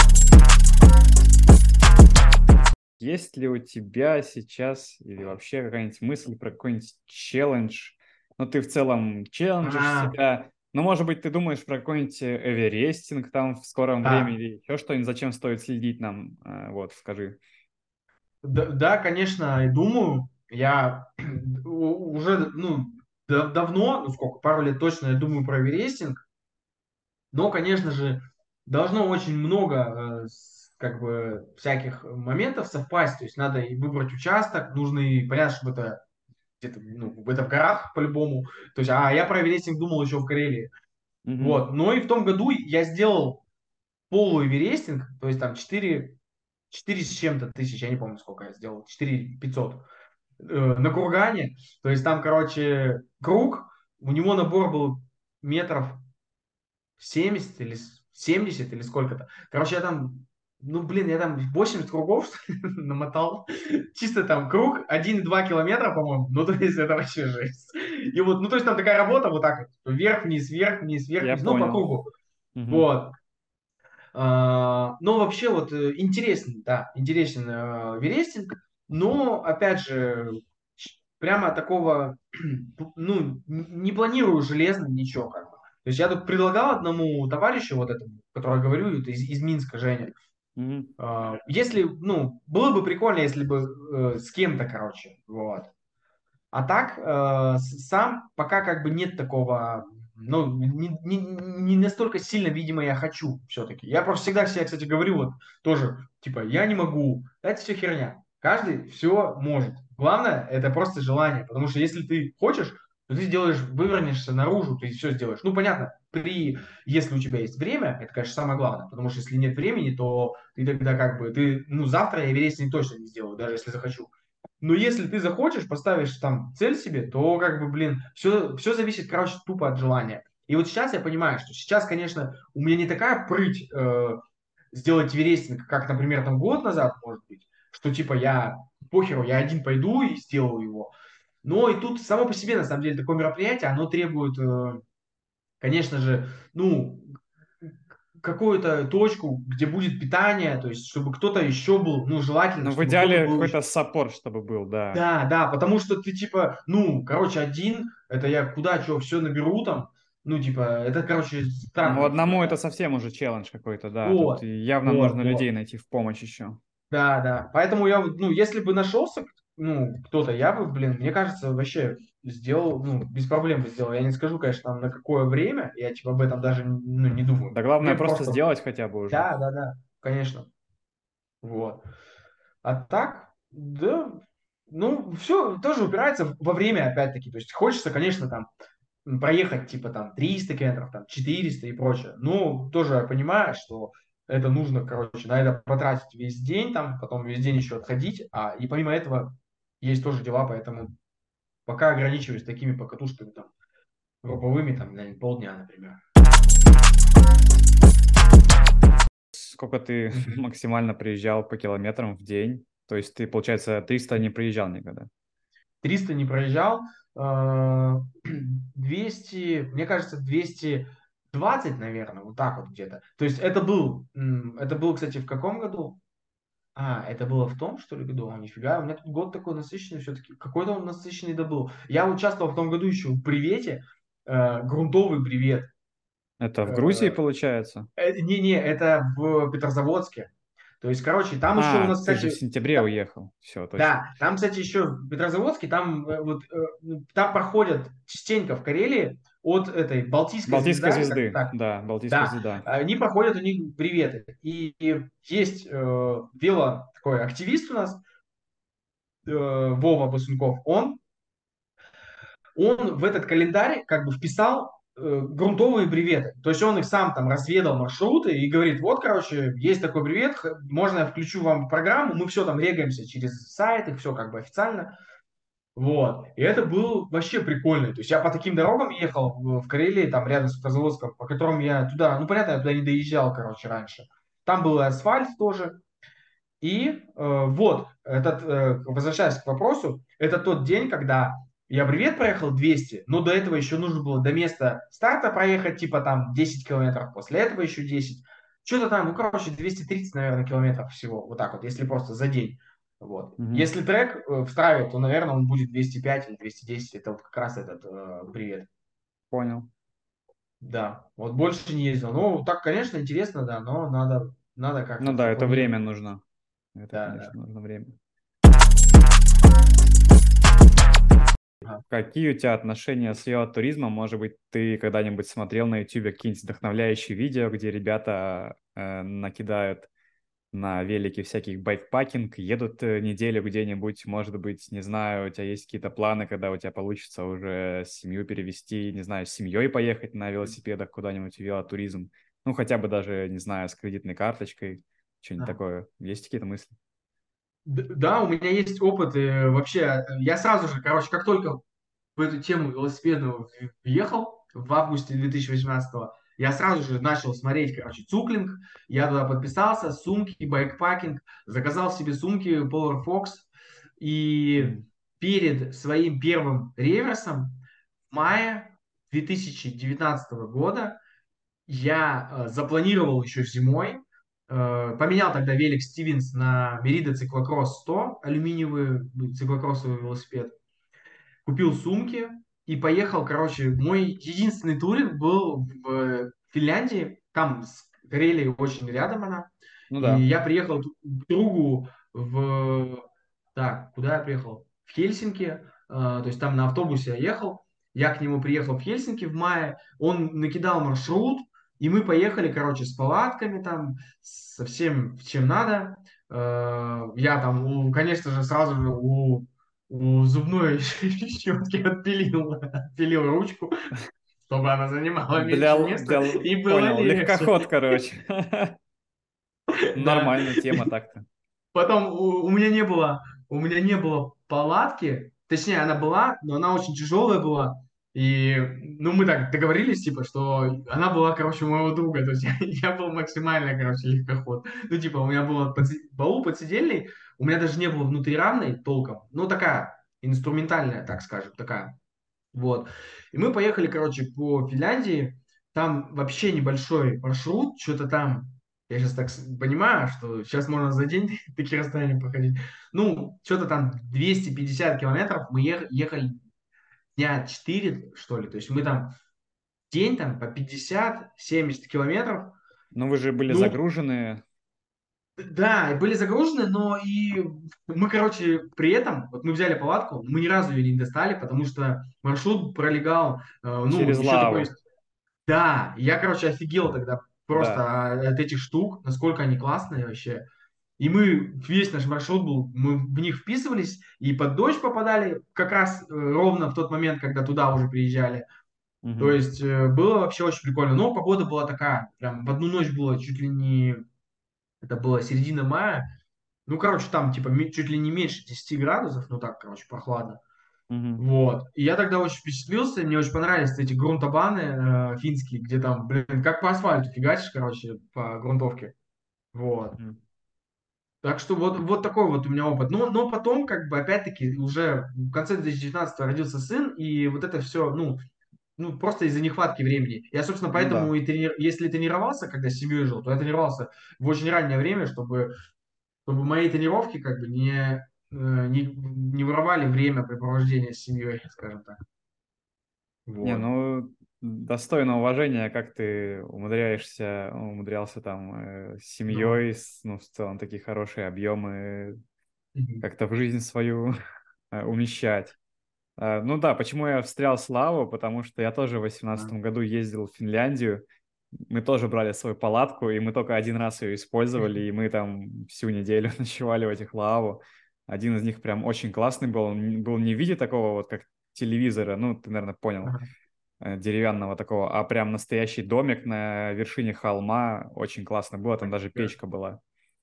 Есть ли у тебя сейчас или вообще какая-нибудь мысль про какой-нибудь челлендж? Ну, ты в целом челленджишь А, себя. Ну, может быть, ты думаешь про какой-нибудь э, эверестинг там в скором времени да. или еще что-нибудь, зачем стоит следить нам? А, Вот, скажи. Да, да, конечно, и думаю, я у- уже, ну, да- давно, ну сколько, пару лет точно, я думаю про эверестинг, но, конечно же, должно очень много, э, с- как бы, всяких моментов совпасть, то есть надо и выбрать участок, нужно и, понятно, чтобы это где-то, ну, это в горах по-любому, то есть, а я про эверестинг думал еще в Карелии, Мгм. вот, но и в том году я сделал полуэверестинг, то есть там четыре четыре с чем-то тысяч, я не помню, сколько я сделал, четыре пятьсот э, на кургане. То есть там, короче, круг, у него набор был метров семьдесят или с- семьдесят или сколько-то. Короче, я там, ну, блин, я там восемьдесят кругов что ли, намотал. Чисто там круг один и два километра, по-моему. Ну, то есть это вообще жесть. И вот, ну, то есть там такая работа вот так вот. Вверх-вниз, вверх-вниз, Я вверх-вниз. Ну, по понял. кругу. Мгм. Вот. А, но вообще вот э, интересен, да, интересен э, верестинг, но опять же ч- прямо такого, ну, н- не планирую железно ничего как бы. То есть я тут предлагал одному товарищу вот этому, который я говорю, это из, из Минска, Женя, Мгм. а, если, ну, было бы прикольно, если бы э, с кем-то, короче, вот. А так, э, с- сам пока как бы нет такого, ну, не, не, не настолько сильно, видимо, я хочу все-таки. Я просто всегда себе, кстати, говорю, вот тоже, типа, я не могу. Это все херня. Каждый все может. Главное, это просто желание. Потому что если ты хочешь, то ты сделаешь, вывернешься наружу, ты все сделаешь. Ну, понятно, при, если у тебя есть время, это, конечно, самое главное. Потому что если нет времени, то ты тогда как бы, ты, ну, завтра я Эверест точно не сделаю, даже если захочу. Но если ты захочешь, поставишь там цель себе, то как бы, блин, все, все зависит, короче, тупо от желания. И вот сейчас я понимаю, что сейчас, конечно, у меня не такая прыть э, сделать Эверестинг, как, например, там год назад, может быть, что типа я похеру, я один пойду и сделаю его. Но и тут само по себе, на самом деле, такое мероприятие, оно требует, э, конечно же, ну, какую-то точку, где будет питание, то есть чтобы кто-то еще был, ну, желательно, Ну, в чтобы кто-то идеале был еще. какой-то саппорт, чтобы был, да. Да, да, потому что ты типа, ну, короче, один, это я куда что, все наберу там, ну, типа, это, короче, Ну, странно, типа, одному это да. совсем уже челлендж какой-то, да. Тут Вот, явно вот, нужно вот. людей найти в помощь еще. Да, да. Поэтому я, вот, ну, если бы нашелся, ну, кто-то, я бы, блин, мне кажется, вообще сделал, ну, без проблем бы сделал. Я не скажу, конечно, там, на какое время, я, типа, об этом даже, ну, не думаю. Да главное Мне просто просто, сделать хотя бы уже. да, да, да, конечно. Вот. А так, да, ну, все тоже упирается во время, опять-таки. То есть хочется, конечно, там, проехать, типа, там, триста километров, там, четыреста и прочее. Ну, тоже я понимаю, что это нужно, короче, на это потратить весь день, там, потом весь день еще отходить, а и помимо этого есть тоже дела, поэтому пока ограничиваюсь такими покатушками, там, групповыми, там, на полдня, например. Сколько ты Мгм. максимально приезжал по километрам в день? То есть ты, получается, триста не приезжал никогда? триста не проезжал, э, двести, мне кажется, двести двадцать, наверное, вот так вот где-то. То есть это был, м, это был, кстати, в каком году? А, это было в том, что ли, году? О, нифига, у меня тут год такой насыщенный все-таки. Какой-то он насыщенный да был. Я участвовал в том году еще в бревете, э, грунтовый бревет. Это в Грузии, Э, получается? э, не-не, это в Петрозаводске. То есть, короче, там еще у А, нас, ты же в кстати, сентябре та- уехал. Все, точно. да, там, кстати, еще в Петрозаводске, там э, вот э, там проходят частенько в Карелии от этой Балтийской Балтийской звезда, или как-то звезды. так, Да, Балтийская да, звезда. они проходят у них бреветы. И, и есть э, вело такой активист у нас, э, Вова Басунков, он, он в этот календарь как бы вписал э, грунтовые бреветы. То есть он их сам там разведал маршруты и говорит, вот, короче, есть такой бревет, х- можно я включу вам в программу, мы все там регаемся через сайт, и все как бы официально. Вот. И это был вообще прикольно. То есть я по таким дорогам ехал в, в Карелии, там рядом с Петрозаводском, по которым я туда, ну понятно, я туда не доезжал, короче, раньше. Там был и асфальт тоже. И э, вот, этот, э, возвращаясь к вопросу, это тот день, когда я привет проехал двести, но до этого еще нужно было до места старта проехать, типа там десять километров, после этого еще десять. Что-то там, ну, короче, двести тридцать, наверное, километров всего, вот так вот, если просто за день. Вот. Мгм. Если трек э, в Страве, то, наверное, он будет двести пять или двести десять, это вот как раз этот э, привет. Понял. Да, вот больше не ездил. Ну, так, конечно, интересно, да, но надо, надо Ну как-то да, все это время планировать. нужно. Это, Да, да. конечно, нужно время. Ага. Какие у тебя отношения с велотуризмом? Может быть, ты когда-нибудь смотрел на YouTube какие-нибудь вдохновляющие видео, где ребята э, накидают на велике всяких байкпакинг, едут э, неделю где-нибудь, может быть, не знаю, у тебя есть какие-то планы, когда у тебя получится уже семью перевести, не знаю, с семьей поехать на велосипедах куда-нибудь в велотуризм, ну, хотя бы даже, не знаю, с кредитной карточкой, что-нибудь А. такое. Есть какие-то мысли? Д- Да, у меня есть опыт. И вообще, э, я сразу же, короче, как только в эту тему велосипедную в- въехал в августе две тысячи восемнадцатого, я сразу же начал смотреть, короче, Цуклинг. Я туда подписался, сумки, байкпакинг, заказал себе сумки Polar Fox. И Мгм. перед своим первым реверсом в мае две тысячи девятнадцатого года я э, запланировал еще зимой, э, поменял тогда велик Стивенс на Merida Циклокросс сто, алюминиевый циклокроссовый велосипед, купил сумки и поехал, короче, мой единственный туринг был в Финляндии, там с Карелией очень рядом она, Ну и да. я приехал к другу в... Так, куда я приехал? В Хельсинки, э, то есть там на автобусе я ехал, я к нему приехал в Хельсинки в мае, он накидал маршрут, и мы поехали, короче, с палатками там, со всем, чем надо. Э, Я там, у- конечно же, сразу же у, у зубной щетки отпилил, отпилил ручку, чтобы она занимала Для, меньше л- места для, л- и было понял, легче. легкоход, короче. Да. Нормальная тема так-то. Потом у, у меня не было у меня не было палатки, точнее, она была, но она очень тяжелая была. И, ну, мы так договорились, типа, что она была, короче, у моего друга, то есть я, я был максимально, короче, легкоход. Ну, типа, у меня было подси- баул подсидельный, у меня даже не было внутрирамной толком, ну, такая инструментальная, так скажем, такая. Вот. И мы поехали, короче, по Финляндии. Там вообще небольшой маршрут, что-то там, я сейчас так с- понимаю, что сейчас можно за день такие расстояния проходить. Ну, что-то там двести пятьдесят километров мы ех- ехали дня четыре, что ли. То есть мы там в день там по пятьдесят-семьдесят километров. Ну, вы же были Ну, загружены да, и были загружены, но и мы, короче, при этом, вот мы взяли палатку, мы ни разу ее не достали, потому что маршрут пролегал, э, ну, через еще такой есть. лаву. Да, я, короче, офигел тогда Да. просто от этих штук, насколько они классные вообще. И мы, весь наш маршрут был, мы в них вписывались и под дождь попадали как раз э, ровно в тот момент, когда туда уже приезжали. То Мгм. есть э, было вообще очень прикольно. Но погода была такая, прям в одну ночь было чуть ли не, это было середина мая. Ну, короче, там типа ме- чуть ли не меньше десяти градусов, ну так, короче, прохладно. Мгм. Вот. И я тогда очень впечатлился, мне очень понравились эти грунтобаны э, финские, где там, блин, как по асфальту фигачишь, короче, по грунтовке. Вот. Мгм. Так что вот, вот такой вот у меня опыт. Но, но потом, как бы, опять-таки, уже в конце две тысячи девятнадцатого родился сын, и вот это все, ну, ну, просто из-за нехватки времени. Я, собственно, Ну поэтому да. и трени... если тренировался, когда с семьей жил, то я тренировался в очень раннее время, чтобы, чтобы мои тренировки, как бы, не, э, не, не воровали время препровождения с семьей, скажем так. Не, Вот. ну, достойно уважения, как ты умудряешься, умудрялся там э, с Ну. семьей, с, ну, в целом такие хорошие объемы Мгм. как-то в жизнь свою э, умещать. А, ну да, почему я встрял Славу, потому что я тоже в Да. восемнадцатом году ездил в Финляндию, мы тоже брали свою палатку, и мы только один раз ее использовали, и мы там всю неделю ночевали в этих лаву. Один из них прям очень классный был, он был не в виде такого вот, как телевизора, ну, ты, наверное, понял, Ага. э, деревянного такого, а прям настоящий домик на вершине холма, очень классно было, там даже Да. печка была.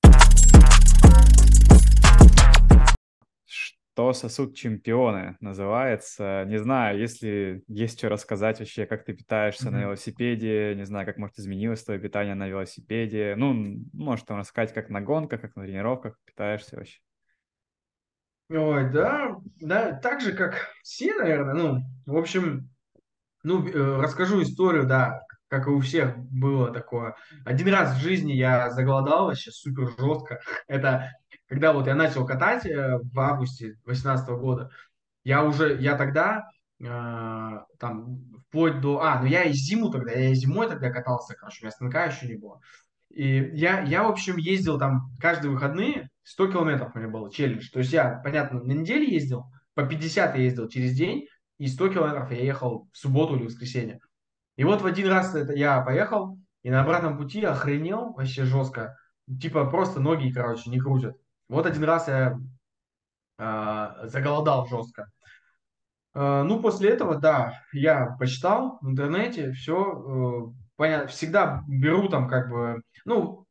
Что сосуд чемпионы называется. Не знаю, если есть что рассказать вообще, как ты питаешься на Мгм. велосипеде, не знаю, как, может, изменилось твое питание на велосипеде. Ну, может, там рассказать, как на гонках, как на тренировках питаешься вообще. Ой, да, да, так же, как все, наверное. Ну, в общем, ну, э, расскажу историю, да, как и у всех было такое. Один раз в жизни я заголодал вообще супер жестко. Это когда вот я начал катать э, в августе восемнадцатого года. Я уже, я тогда э, там вплоть до... А, ну я и зиму тогда, я и зимой тогда катался, короче, у меня станка еще не было. И я, я, в общем, ездил там каждые выходные, сто километров у меня был челлендж. То есть я, понятно, на неделе ездил, по пятьдесят я ездил через день, и сто километров я ехал в субботу или воскресенье. И вот в один раз это я поехал, и на обратном пути охренел вообще жестко. Типа просто ноги, короче, не крутят. Вот один раз я э, заголодал жестко. Э, ну, после этого, да, я почитал в интернете, все, понятно, всегда беру там как бы, ну,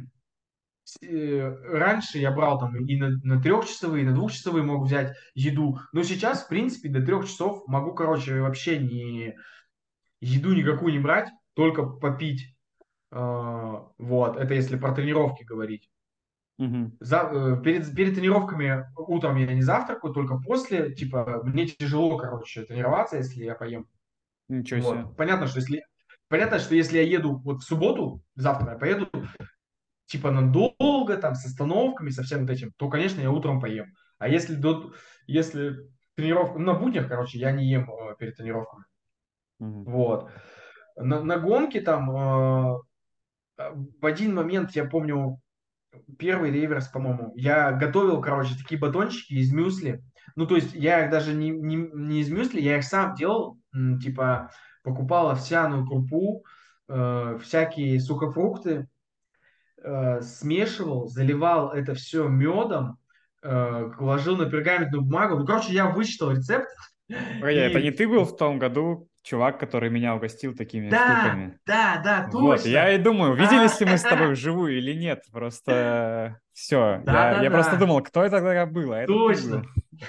э, раньше я брал там и на, на трехчасовые, и на двухчасовые мог взять еду, но сейчас, в принципе, до трех часов могу, короче, вообще не, еду никакую не брать, только попить. Э, вот, это если про тренировки говорить. Мгм. За, э, перед, перед тренировками утром я не завтракаю, только после, типа, мне тяжело, короче, тренироваться, если я поем. Ничего себе. Вот. Понятно, что если, понятно, что если я еду вот в субботу, завтра я поеду, типа надолго, там, с остановками, со всем вот этим, то, конечно, я утром поем. А если, до, если тренировка, ну, на буднях, короче, я не ем э, перед тренировками. Мгм. Вот. На, на гонке там э, в один момент, я помню, первый реверс, по-моему, я готовил, короче, такие батончики из мюсли. Ну, то есть я их даже не, не, не из мюсли, я их сам делал, м, типа покупал овсяную крупу, э, всякие сухофрукты, э, смешивал, заливал это все медом, э, ложил на пергаментную бумагу. Ну, короче, я вычитал рецепт Погоди, это не и ты был в том году, чувак, который меня угостил такими Да, штуками. да, да, Вот, я точно. и думаю, А, виделись ли мы с тобой вживую или нет. Просто все. да, Я, да, я просто да. думал, кто это тогда был, а это ты был. Точно.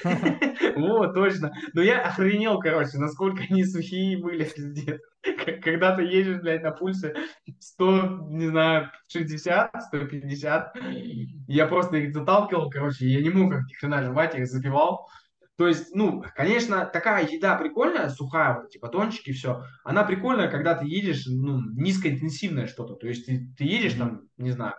Вот, точно. Но я охренел, короче, насколько они сухие были, пиздец. К- Когда ты едешь, блядь, на пульсе сто, не знаю, шестьдесят, сто пятьдесят, я просто их заталкивал, короче, я не мог их ни хрена жевать, я их запивал. То есть, ну, конечно, такая еда прикольная, сухая, вот эти батончики, все. Она прикольная, когда ты едешь, ну, низкоинтенсивное что-то. То есть ты, ты едешь Мгм. там, не знаю,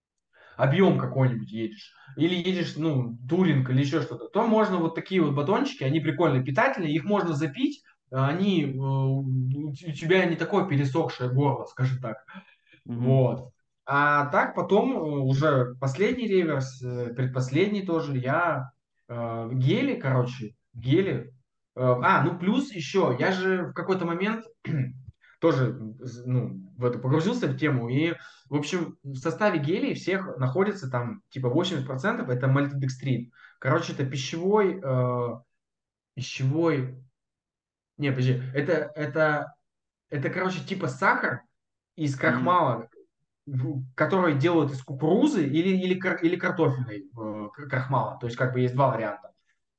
объем какой-нибудь едешь, или едешь, ну, туринг или еще что-то, то можно вот такие вот батончики, они прикольно питательные, их можно запить, они, э, у тебя не такое пересохшее горло, скажем так. Мгм. Вот. А так потом э, уже последний реверс, э, предпоследний тоже, я э, гели, короче, гели. Э, а, ну плюс еще, я же в какой-то момент тоже ну, в это погрузился в тему, и, в общем, в составе гелей всех находится там типа восемьдесят процентов это мальтодекстрин. Короче, это пищевой, э, пищевой, не, подожди, это, это, это, короче, типа сахар из Мгм. крахмала, в- которые делают из кукурузы или, или, кар- или картофельной э, к- крахмала. То есть как бы есть два варианта.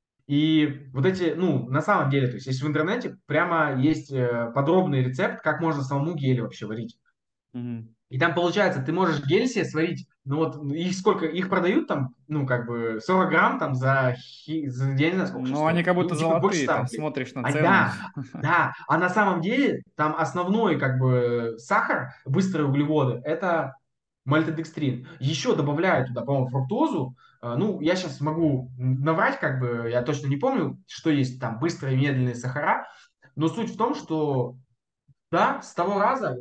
И вот эти, ну, на самом деле, то есть если в интернете прямо есть э, подробный рецепт, как можно самому гели вообще варить. Мгм. И там получается, ты можешь гель себе сварить, ну вот их сколько, их продают там, ну как бы сорок грамм там за, хи- за я не знаю, сколько сейчас Ну, они стоит, как будто ну типа больше золотые, ста там рублей. смотришь на А, цену. да, да, а на самом деле там основной как бы сахар, быстрые углеводы, это мальтодекстрин. Еще добавляют туда, по-моему, фруктозу. Э, Ну, я сейчас могу наврать, как бы, я точно не помню, что есть там быстрые и медленные сахара, но суть в том, что да, с того раза,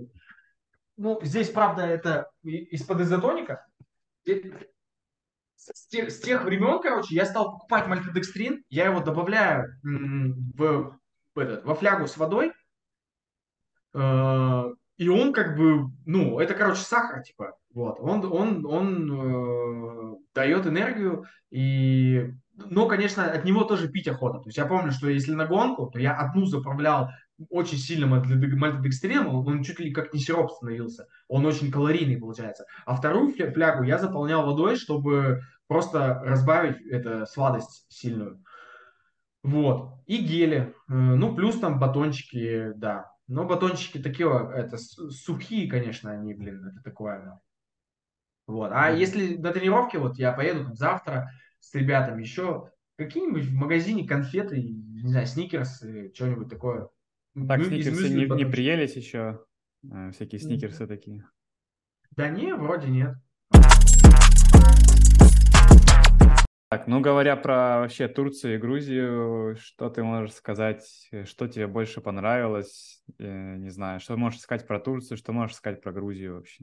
ну, здесь, правда, это и- из-под изотоника, и с тех, с тех времен, короче, я стал покупать мальтодекстрин, я его добавляю м, в, в этот, во флягу с водой, Э, и он как бы, ну, это, короче, сахар, типа, вот, он, он, он э, дает энергию, и, но, конечно, от него тоже пить охота. То есть я помню, что если на гонку, то я одну заправлял очень сильно мальтодек- мальтодекстрином, он, он чуть ли как не сироп становился, он очень калорийный получается. А вторую фля- флягу я заполнял водой, чтобы просто разбавить это сладость сильную. Вот. И гели. Э, Ну, плюс там батончики, да. Но батончики такие, это с- сухие, конечно, они, блин, это такое. Да. Вот. А Мгм. если на тренировке, вот я поеду там завтра с ребятами еще, какие-нибудь в магазине конфеты, не знаю, сникерс, что-нибудь такое. Так, Мю- Из сникерсы мюсли не, не батончик. приелись еще. Э, Всякие сникерсы такие. Да не, вроде нет. Так, ну говоря про вообще Турцию и Грузию, что ты можешь сказать, э, что тебе больше понравилось? Э, Не знаю, что можешь сказать про Турцию, что можешь сказать про Грузию вообще?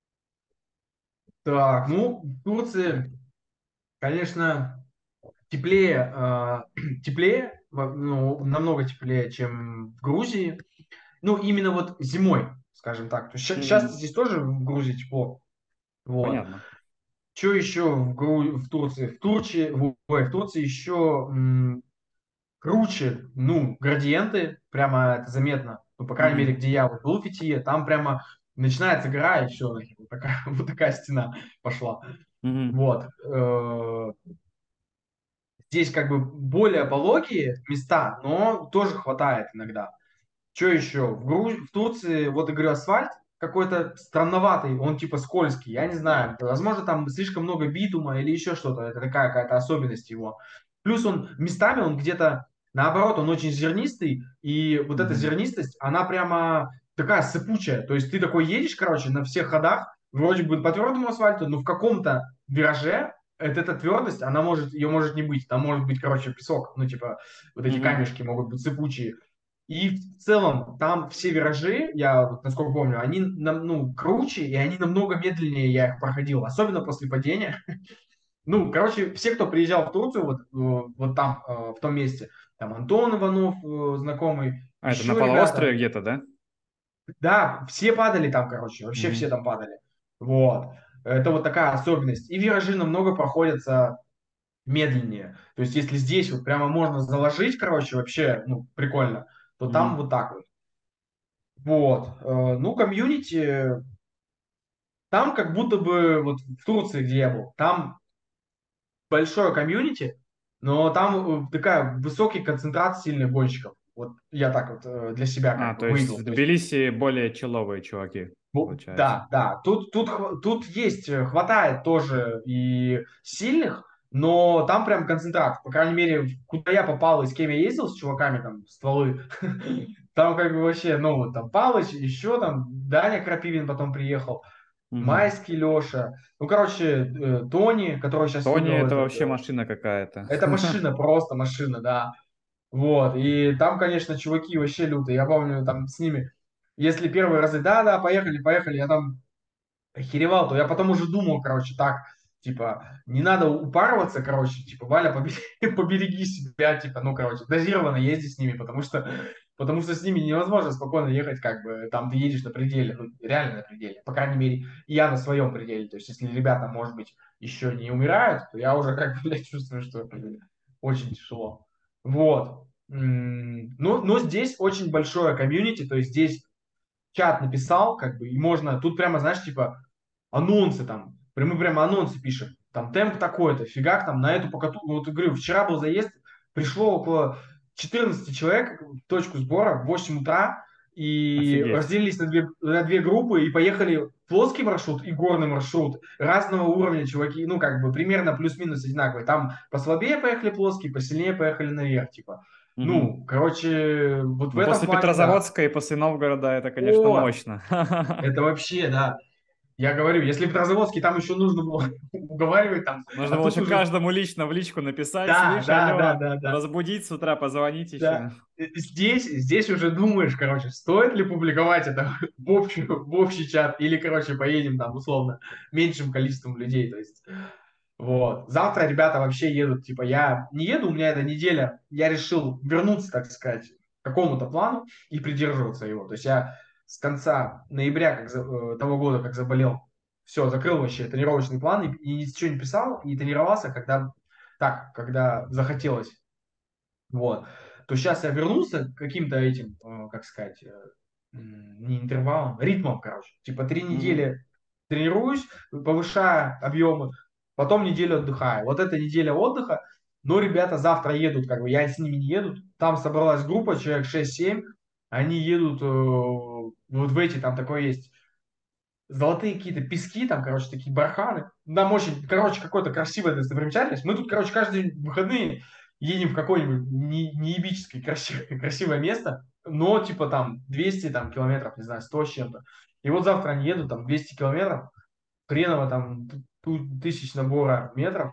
Так, ну, в Турции, конечно, теплее, э, теплее, во- ну, намного теплее, чем в Грузии. Ну, именно вот зимой, скажем так. То есть сейчас Мгм. здесь тоже в Грузии тепло. Вот. Понятно. Что еще в, Гру... в Турции? В Турции, в... Ой, в Турции еще м, круче, ну, градиенты, прямо это заметно. Ну, по крайней мере, Мгм. где я вот был в Фитие, там прямо начинается гора, и все, вот такая, вот такая стена пошла. Мгм. Вот. Э, Здесь как бы более пологие места, но тоже хватает иногда. Что еще? В, Гру... в Турции, вот я говорю, асфальт какой-то странноватый, он типа скользкий, я не знаю. Возможно, там слишком много битума или еще что-то. Это такая какая-то особенность его. Плюс он местами, он где-то, наоборот, он очень зернистый, и вот эта Мгм. зернистость, она прямо такая сыпучая. То есть ты такой едешь, короче, на всех ходах, вроде бы по твердому асфальту, но в каком-то вираже эта, эта твердость, она может, ее может не быть. Там может быть, короче, песок, ну, типа, вот эти Мгм. камешки могут быть сыпучие. И в целом там все виражи, я вот насколько помню, они нам, ну, круче, и они намного медленнее я их проходил, особенно после падения. Ну, короче, все, кто приезжал в Турцию, вот, э, вот там, э, в том месте, там Антон Иванов, э, знакомый, А это на еще полуострове ребята, где-то, да? да, все падали там, короче, вообще все Мгм. там падали. Вот. Это вот такая особенность. И виражи намного проходятся медленнее. То есть, если здесь вот прямо можно заложить, короче, вообще, ну, прикольно, то там Мгм. вот так вот. Вот. Э, Ну, комьюнити, там как будто бы, вот в Турции, где я был, там большое комьюнити, но там э, такая высокий концентрат сильных гонщиков. Вот я так вот э, для себя А, как бы то есть выявил. в То есть Тбилиси более человые чуваки, ну, получается. да, да, тут, тут, хва- тут есть, э, хватает тоже и сильных, но там прям концентрат. По крайней мере, в- куда я попал и с кем я ездил, с чуваками там, стволы, там как бы вообще, ну, вот там Палыч, еще там Даня Крапивин потом приехал, Мгм. Майский Леша, ну, короче, э, Тони, который сейчас Тони выиграл это этот, вообще э, машина какая-то. это машина, просто машина, да. Вот, и там, конечно, чуваки вообще лютые. Я помню, там с ними, если первые разы, да-да, поехали, поехали, я там охеревал, то я потом уже думал, короче, так, типа, не надо упарываться, короче, типа, Валя, побереги, побереги себя, типа, ну, короче, дозированно езди с ними, потому что, потому что с ними невозможно спокойно ехать, как бы, там ты едешь на пределе, ну, реально на пределе, по крайней мере, я на своем пределе, то есть, если ребята, может быть, еще не умирают, то я уже, как бы, блядь, чувствую, что очень тяжело. Вот. М, Ну, но здесь очень большое комьюнити, то есть здесь чат написал, как бы, и можно, тут прямо, знаешь, типа, анонсы там, прям мы прямо анонсы пишем, там темп такой-то, фигак там на эту покату, ну, вот я говорю, вчера был заезд, пришло около четырнадцать человек в точку сбора в восемь утра, и Офигеть. разделились на две, на две группы и поехали плоский маршрут и горный маршрут разного уровня, чуваки, ну, как бы, примерно плюс-минус одинаковые. Там послабее поехали плоские, посильнее поехали наверх, типа. Мгм. Ну, короче, вот в Ну, этом после плане, да. Петрозаводска и после Новгорода это, конечно, Вот, мощно. это вообще, да. Я говорю, если Петрозаводский там еще нужно было уговаривать там, Нужно а было тут еще уже, каждому лично в личку написать, да, слышь, да, да, алло, да, да, разбудить с утра, позвонить да. еще. Э, Здесь, здесь уже думаешь, короче, стоит ли публиковать это в общий, в общий чат, или, короче, поедем там, условно, меньшим количеством людей, то есть, вот. Завтра ребята вообще едут, типа, я не еду, у меня эта неделя, я решил вернуться, так сказать, к какому-то плану и придерживаться его, то есть я с конца ноября как за- э, того года, как заболел, все, закрыл вообще тренировочный план и, и ничего не писал, и тренировался, когда так, когда захотелось. Вот. То сейчас я вернулся к каким-то этим, э, как сказать, э, м, не интервалом, ритмом, короче. Типа три Мгм. недели тренируюсь, повышаю объемы, потом неделю отдыхаю. Вот эта неделя отдыха, но ребята завтра едут, как бы я с ними не еду. Там собралась группа, человек шесть-семь, они едут э, вот в эти, там такое есть золотые какие-то пески, там, короче, такие барханы. Нам очень, короче, какой-то красивая достопримечательность. Мы тут, короче, каждые выходные едем в какое-нибудь не, неебическое красивое, красивое место, но, типа, там, двести там, километров, не знаю, сто с чем-то. И вот завтра они едут, там, двести километров, хреново, там, ту- тысяч набора метров.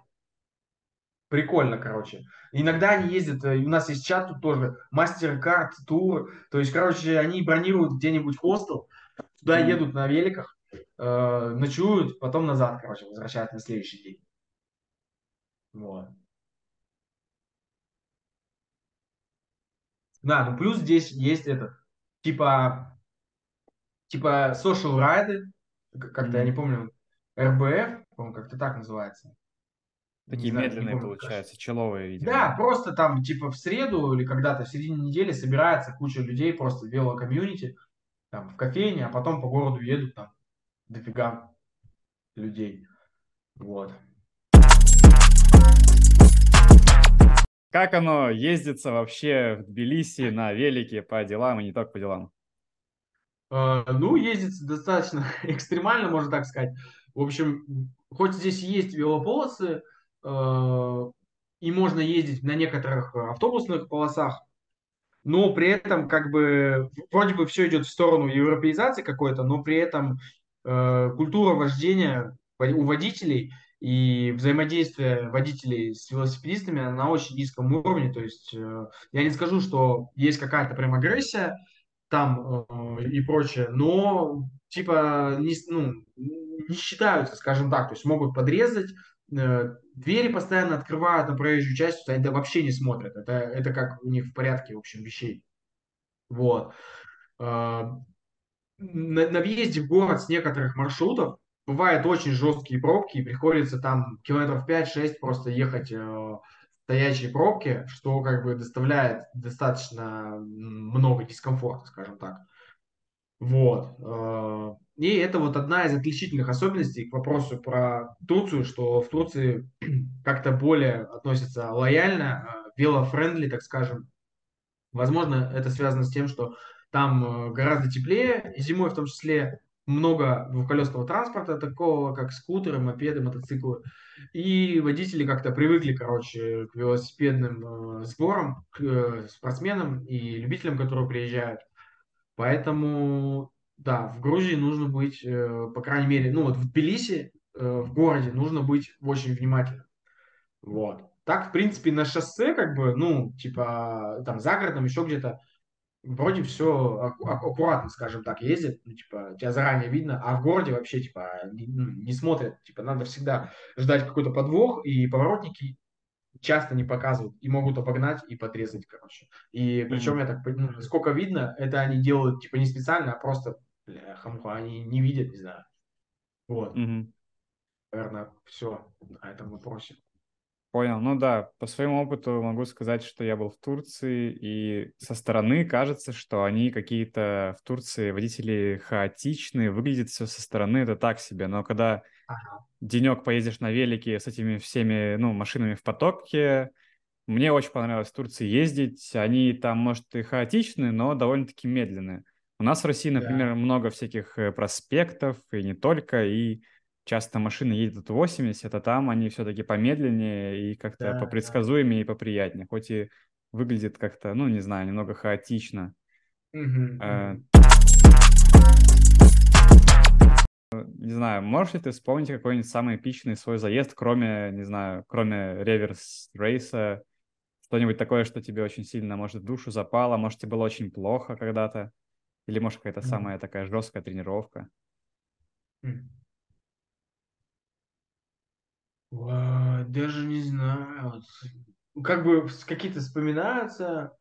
Прикольно, короче. Иногда они ездят, э, у нас есть чат тут тоже, мастер-карт, тур. То есть, короче, они бронируют где-нибудь хостел, туда Мгм. едут на великах, э, ночуют, потом назад, короче, возвращаются на следующий день. Вот. Да, ну плюс здесь есть это, типа, типа social райды, как-то я не Мгм. помню, эр бэ эф, по-моему, как-то так называется. Не Такие знаю, не медленные, помню, конечно. получается, человые, видимо. Да, просто там, типа, в среду или когда-то в середине недели собирается куча людей, просто велокомьюнити, там, в кофейне, а потом по городу едут там дофига людей. Вот. Как оно ездится вообще в Тбилиси на велике по делам и не только по делам? Э, Ну, ездить достаточно экстремально, можно так сказать. В общем, хоть здесь есть велополосы, э, и можно ездить на некоторых автобусных полосах, но при этом как бы вроде бы все идет в сторону европеизации какой-то, но при этом э, культура вождения во- у водителей и взаимодействие водителей с велосипедистами она на очень низком уровне. То есть э, я не скажу, что есть какая-то прям агрессия там э, и прочее, но типа не, с- ну, не считаются, скажем так, то есть могут подрезать, э, двери постоянно открывают на проезжую часть, они да вообще не смотрят. Это, это как у них в порядке, в общем, вещей. Вот. А, На, на въезде в город с некоторых маршрутов бывают очень жесткие пробки, и приходится там километров пять-шесть просто ехать э, в стоячие пробки, что как бы доставляет достаточно много дискомфорта, скажем так. Вот. э, И это вот одна из отличительных особенностей к вопросу про Турцию, что в Турции как-то более относятся лояльно, э, велофрендли, так скажем. Возможно, это связано с тем, что там э, гораздо теплее, и зимой в том числе много двухколесного транспорта, такого как скутеры, мопеды, мотоциклы. И водители как-то привыкли, короче, к велосипедным э, сборам, к э, спортсменам и любителям, которые приезжают. Поэтому, да, в Грузии нужно быть, э, по крайней мере, ну вот в Тбилиси, э, в городе, нужно быть очень внимательным. Вот. Так, в принципе, на шоссе, как бы, ну, типа, там, за городом, еще где-то, вроде все аккуратно, скажем так, ездит, ну, типа, тебя заранее видно, а в городе вообще, типа, не, ну, не смотрят, типа, надо всегда ждать какой-то подвох, и поворотники часто не показывают, и могут обогнать и подрезать, короче. И причем, Мгм. я так понимаю, насколько видно, это они делают, типа, не специально, а просто, бля, хамха, они не видят, не знаю. Вот, Мгм. наверное, все на этом вопросе. Понял. Ну да, по своему опыту могу сказать, что я был в Турции, и со стороны кажется, что они какие-то в Турции водители хаотичные, выглядит все со стороны это так себе. Но когда Ага, денек поедешь на велике с этими всеми, ну, машинами в потоке, мне очень понравилось в Турции ездить. Они там, может, и хаотичны, но довольно-таки медленные. У нас в России, например, да, много всяких э, проспектов, и не только, и часто машины едут восемьдесят, а там они все-таки помедленнее и как-то да, да. попредсказуемее и поприятнее, хоть и выглядит как-то, ну, не знаю, немного хаотично. Мгм, Э, мгм. Не знаю, можешь ли ты вспомнить какой-нибудь самый эпичный свой заезд, кроме, не знаю, кроме реверс-рейса, что-нибудь такое, что тебе очень сильно, может, в душу запало, может, тебе было очень плохо когда-то, или, может, какая-то Мгм. самая такая жесткая тренировка. М. Ва, даже не знаю. Вот. Ну, как бы с- какие-то вспоминаются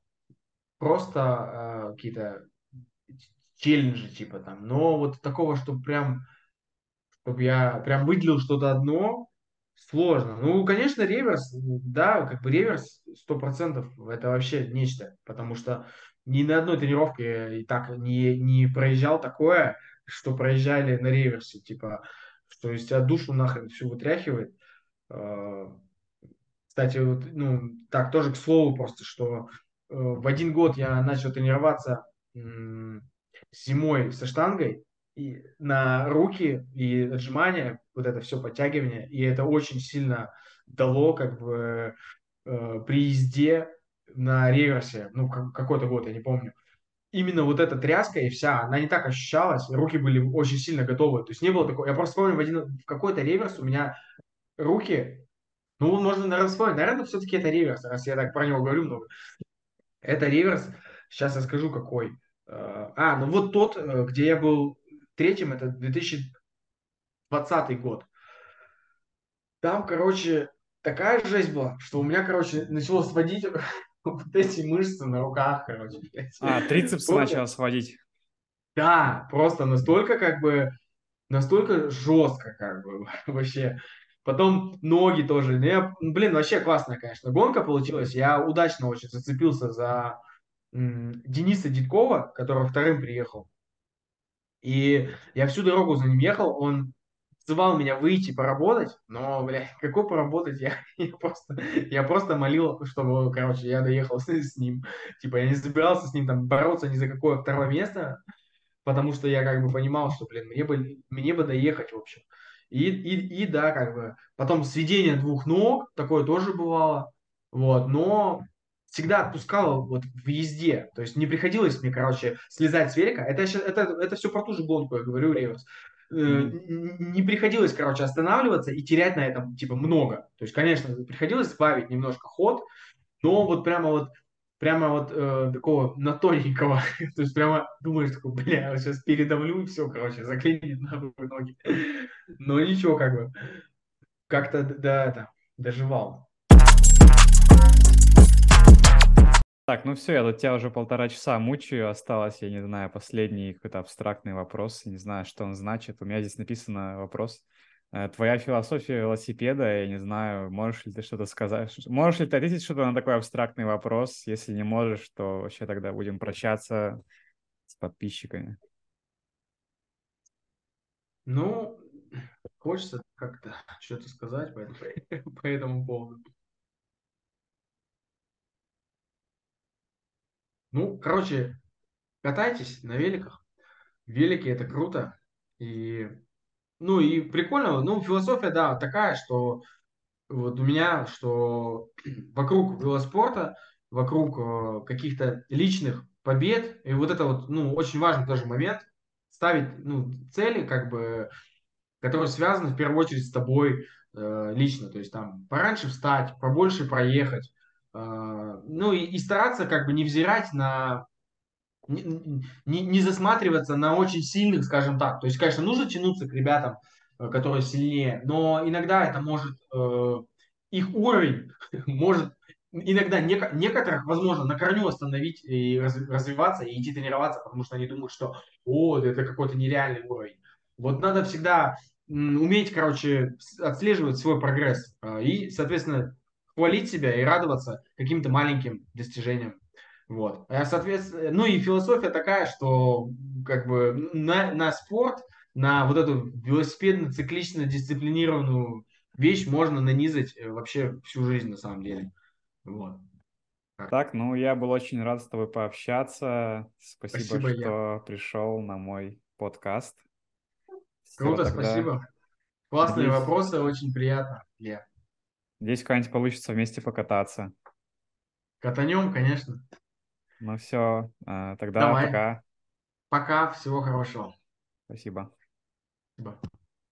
просто э, какие-то челленджи, типа там. Но вот такого, что прям, чтобы я прям выделил что-то одно, сложно. Ну, конечно, реверс, да, как бы реверс сто процентов это вообще нечто, потому что ни на одной тренировке я и так не, не проезжал такое, что проезжали на реверсе, типа, что из тебя душу нахрен всю вытряхивает. Э, Кстати, вот, ну, так, тоже к слову просто, что э, в один год я начал тренироваться м, зимой со штангой и на руки и отжимания, вот это все подтягивание, и это очень сильно дало как бы э, при езде на реверсе, ну, как- какой-то год, я не помню. Именно вот эта тряска и вся, она не так ощущалась, руки были очень сильно готовы. То есть не было такого, я просто помню в, один, в какой-то реверс у меня руки ну, можно, наверное, вспомнить. Наверное, все-таки это реверс, раз я так про него говорю много. Это реверс. Сейчас я скажу, какой. Э, А, ну вот тот, э, где я был третьим, это две тысячи двадцатый год. Там, короче, такая жесть была, что у меня, короче, начало сводить вот эти мышцы на руках, короче, блядь. А, трицепсы Просто, начал сводить. да, просто настолько, как бы, настолько жестко, как бы, вообще. Потом ноги тоже. Ну, я, ну, блин, вообще классная, конечно, гонка получилась. Я удачно очень зацепился за м, Дениса Дидкова, который вторым приехал. И я всю дорогу за ним ехал. Он звал меня выйти поработать, но, блядь, какой поработать? Я, я просто, я просто молил, чтобы, короче, я доехал с, с ним. Типа, я не собирался с ним там бороться ни за какое второе место, потому что я как бы понимал, что, блин, мне бы, мне бы доехать, в общем. И, и, и да, как бы, потом сведение двух ног, такое тоже бывало, вот, но всегда отпускало вот в езде, то есть не приходилось мне, короче, слезать с велика, это, щас- это, это все про ту же гонку, я говорю, реверс. Э, Мгм. н- Не приходилось, короче, останавливаться и терять на этом, типа, много. То есть, конечно, приходилось сбавить немножко ход, но вот прямо вот, прямо вот э, такого на тоненького. То есть прямо думаешь, такой, бля, вот сейчас передавлю и все, короче, заклинит нахуй ноги. Но ничего, как бы, как-то да, это, доживал. Так, ну все, я тут тебя уже полтора часа мучаю, осталось, я не знаю, последний какой-то абстрактный вопрос, не знаю, что он значит. У меня здесь написано вопрос. Э, Твоя философия велосипеда, я не знаю, можешь ли ты что-то сказать, ш- можешь ли ты ответить что-то на такой абстрактный вопрос? Если не можешь, то вообще тогда будем прощаться с подписчиками. Ну, хочется как-то что-то сказать по, по этому поводу. Ну, короче, катайтесь на великах. Велики это круто. И, ну, и прикольно. Ну, философия, да, такая, что вот у меня, что вокруг велоспорта, вокруг э, каких-то личных побед, и вот это вот, ну, очень важный тоже момент, ставить, ну, цели, как бы, которые связаны в первую очередь с тобой э, лично, то есть там пораньше встать, побольше проехать, э, ну, и, и стараться как бы не взирать на не, не, не засматриваться на очень сильных, скажем так. То есть, конечно, нужно тянуться к ребятам, э, которые сильнее, но иногда это может, э, их уровень может иногда неко- некоторых, возможно, на корню остановить и раз- развиваться, и идти тренироваться, потому что они думают, что о, да это какой-то нереальный уровень. Вот надо всегда м, уметь, короче, с- отслеживать свой прогресс э, и, соответственно, хвалить себя и радоваться каким-то маленьким достижениям. Вот. А, соответственно, ну и философия такая, что как бы на, на спорт, на вот эту велосипедно-циклично-дисциплинированную вещь можно нанизать э, вообще всю жизнь на самом деле. Вот. Так. Так, ну я был очень рад с тобой пообщаться. Спасибо, Спасибо, я. что пришел на мой подкаст. Все, Круто, тогда спасибо. Классные надеюсь, вопросы, очень приятно. Я. надеюсь, когда-нибудь получится вместе покататься. Катанем, конечно. Ну все, тогда Давай. пока. Пока, всего хорошего. Спасибо. Спасибо.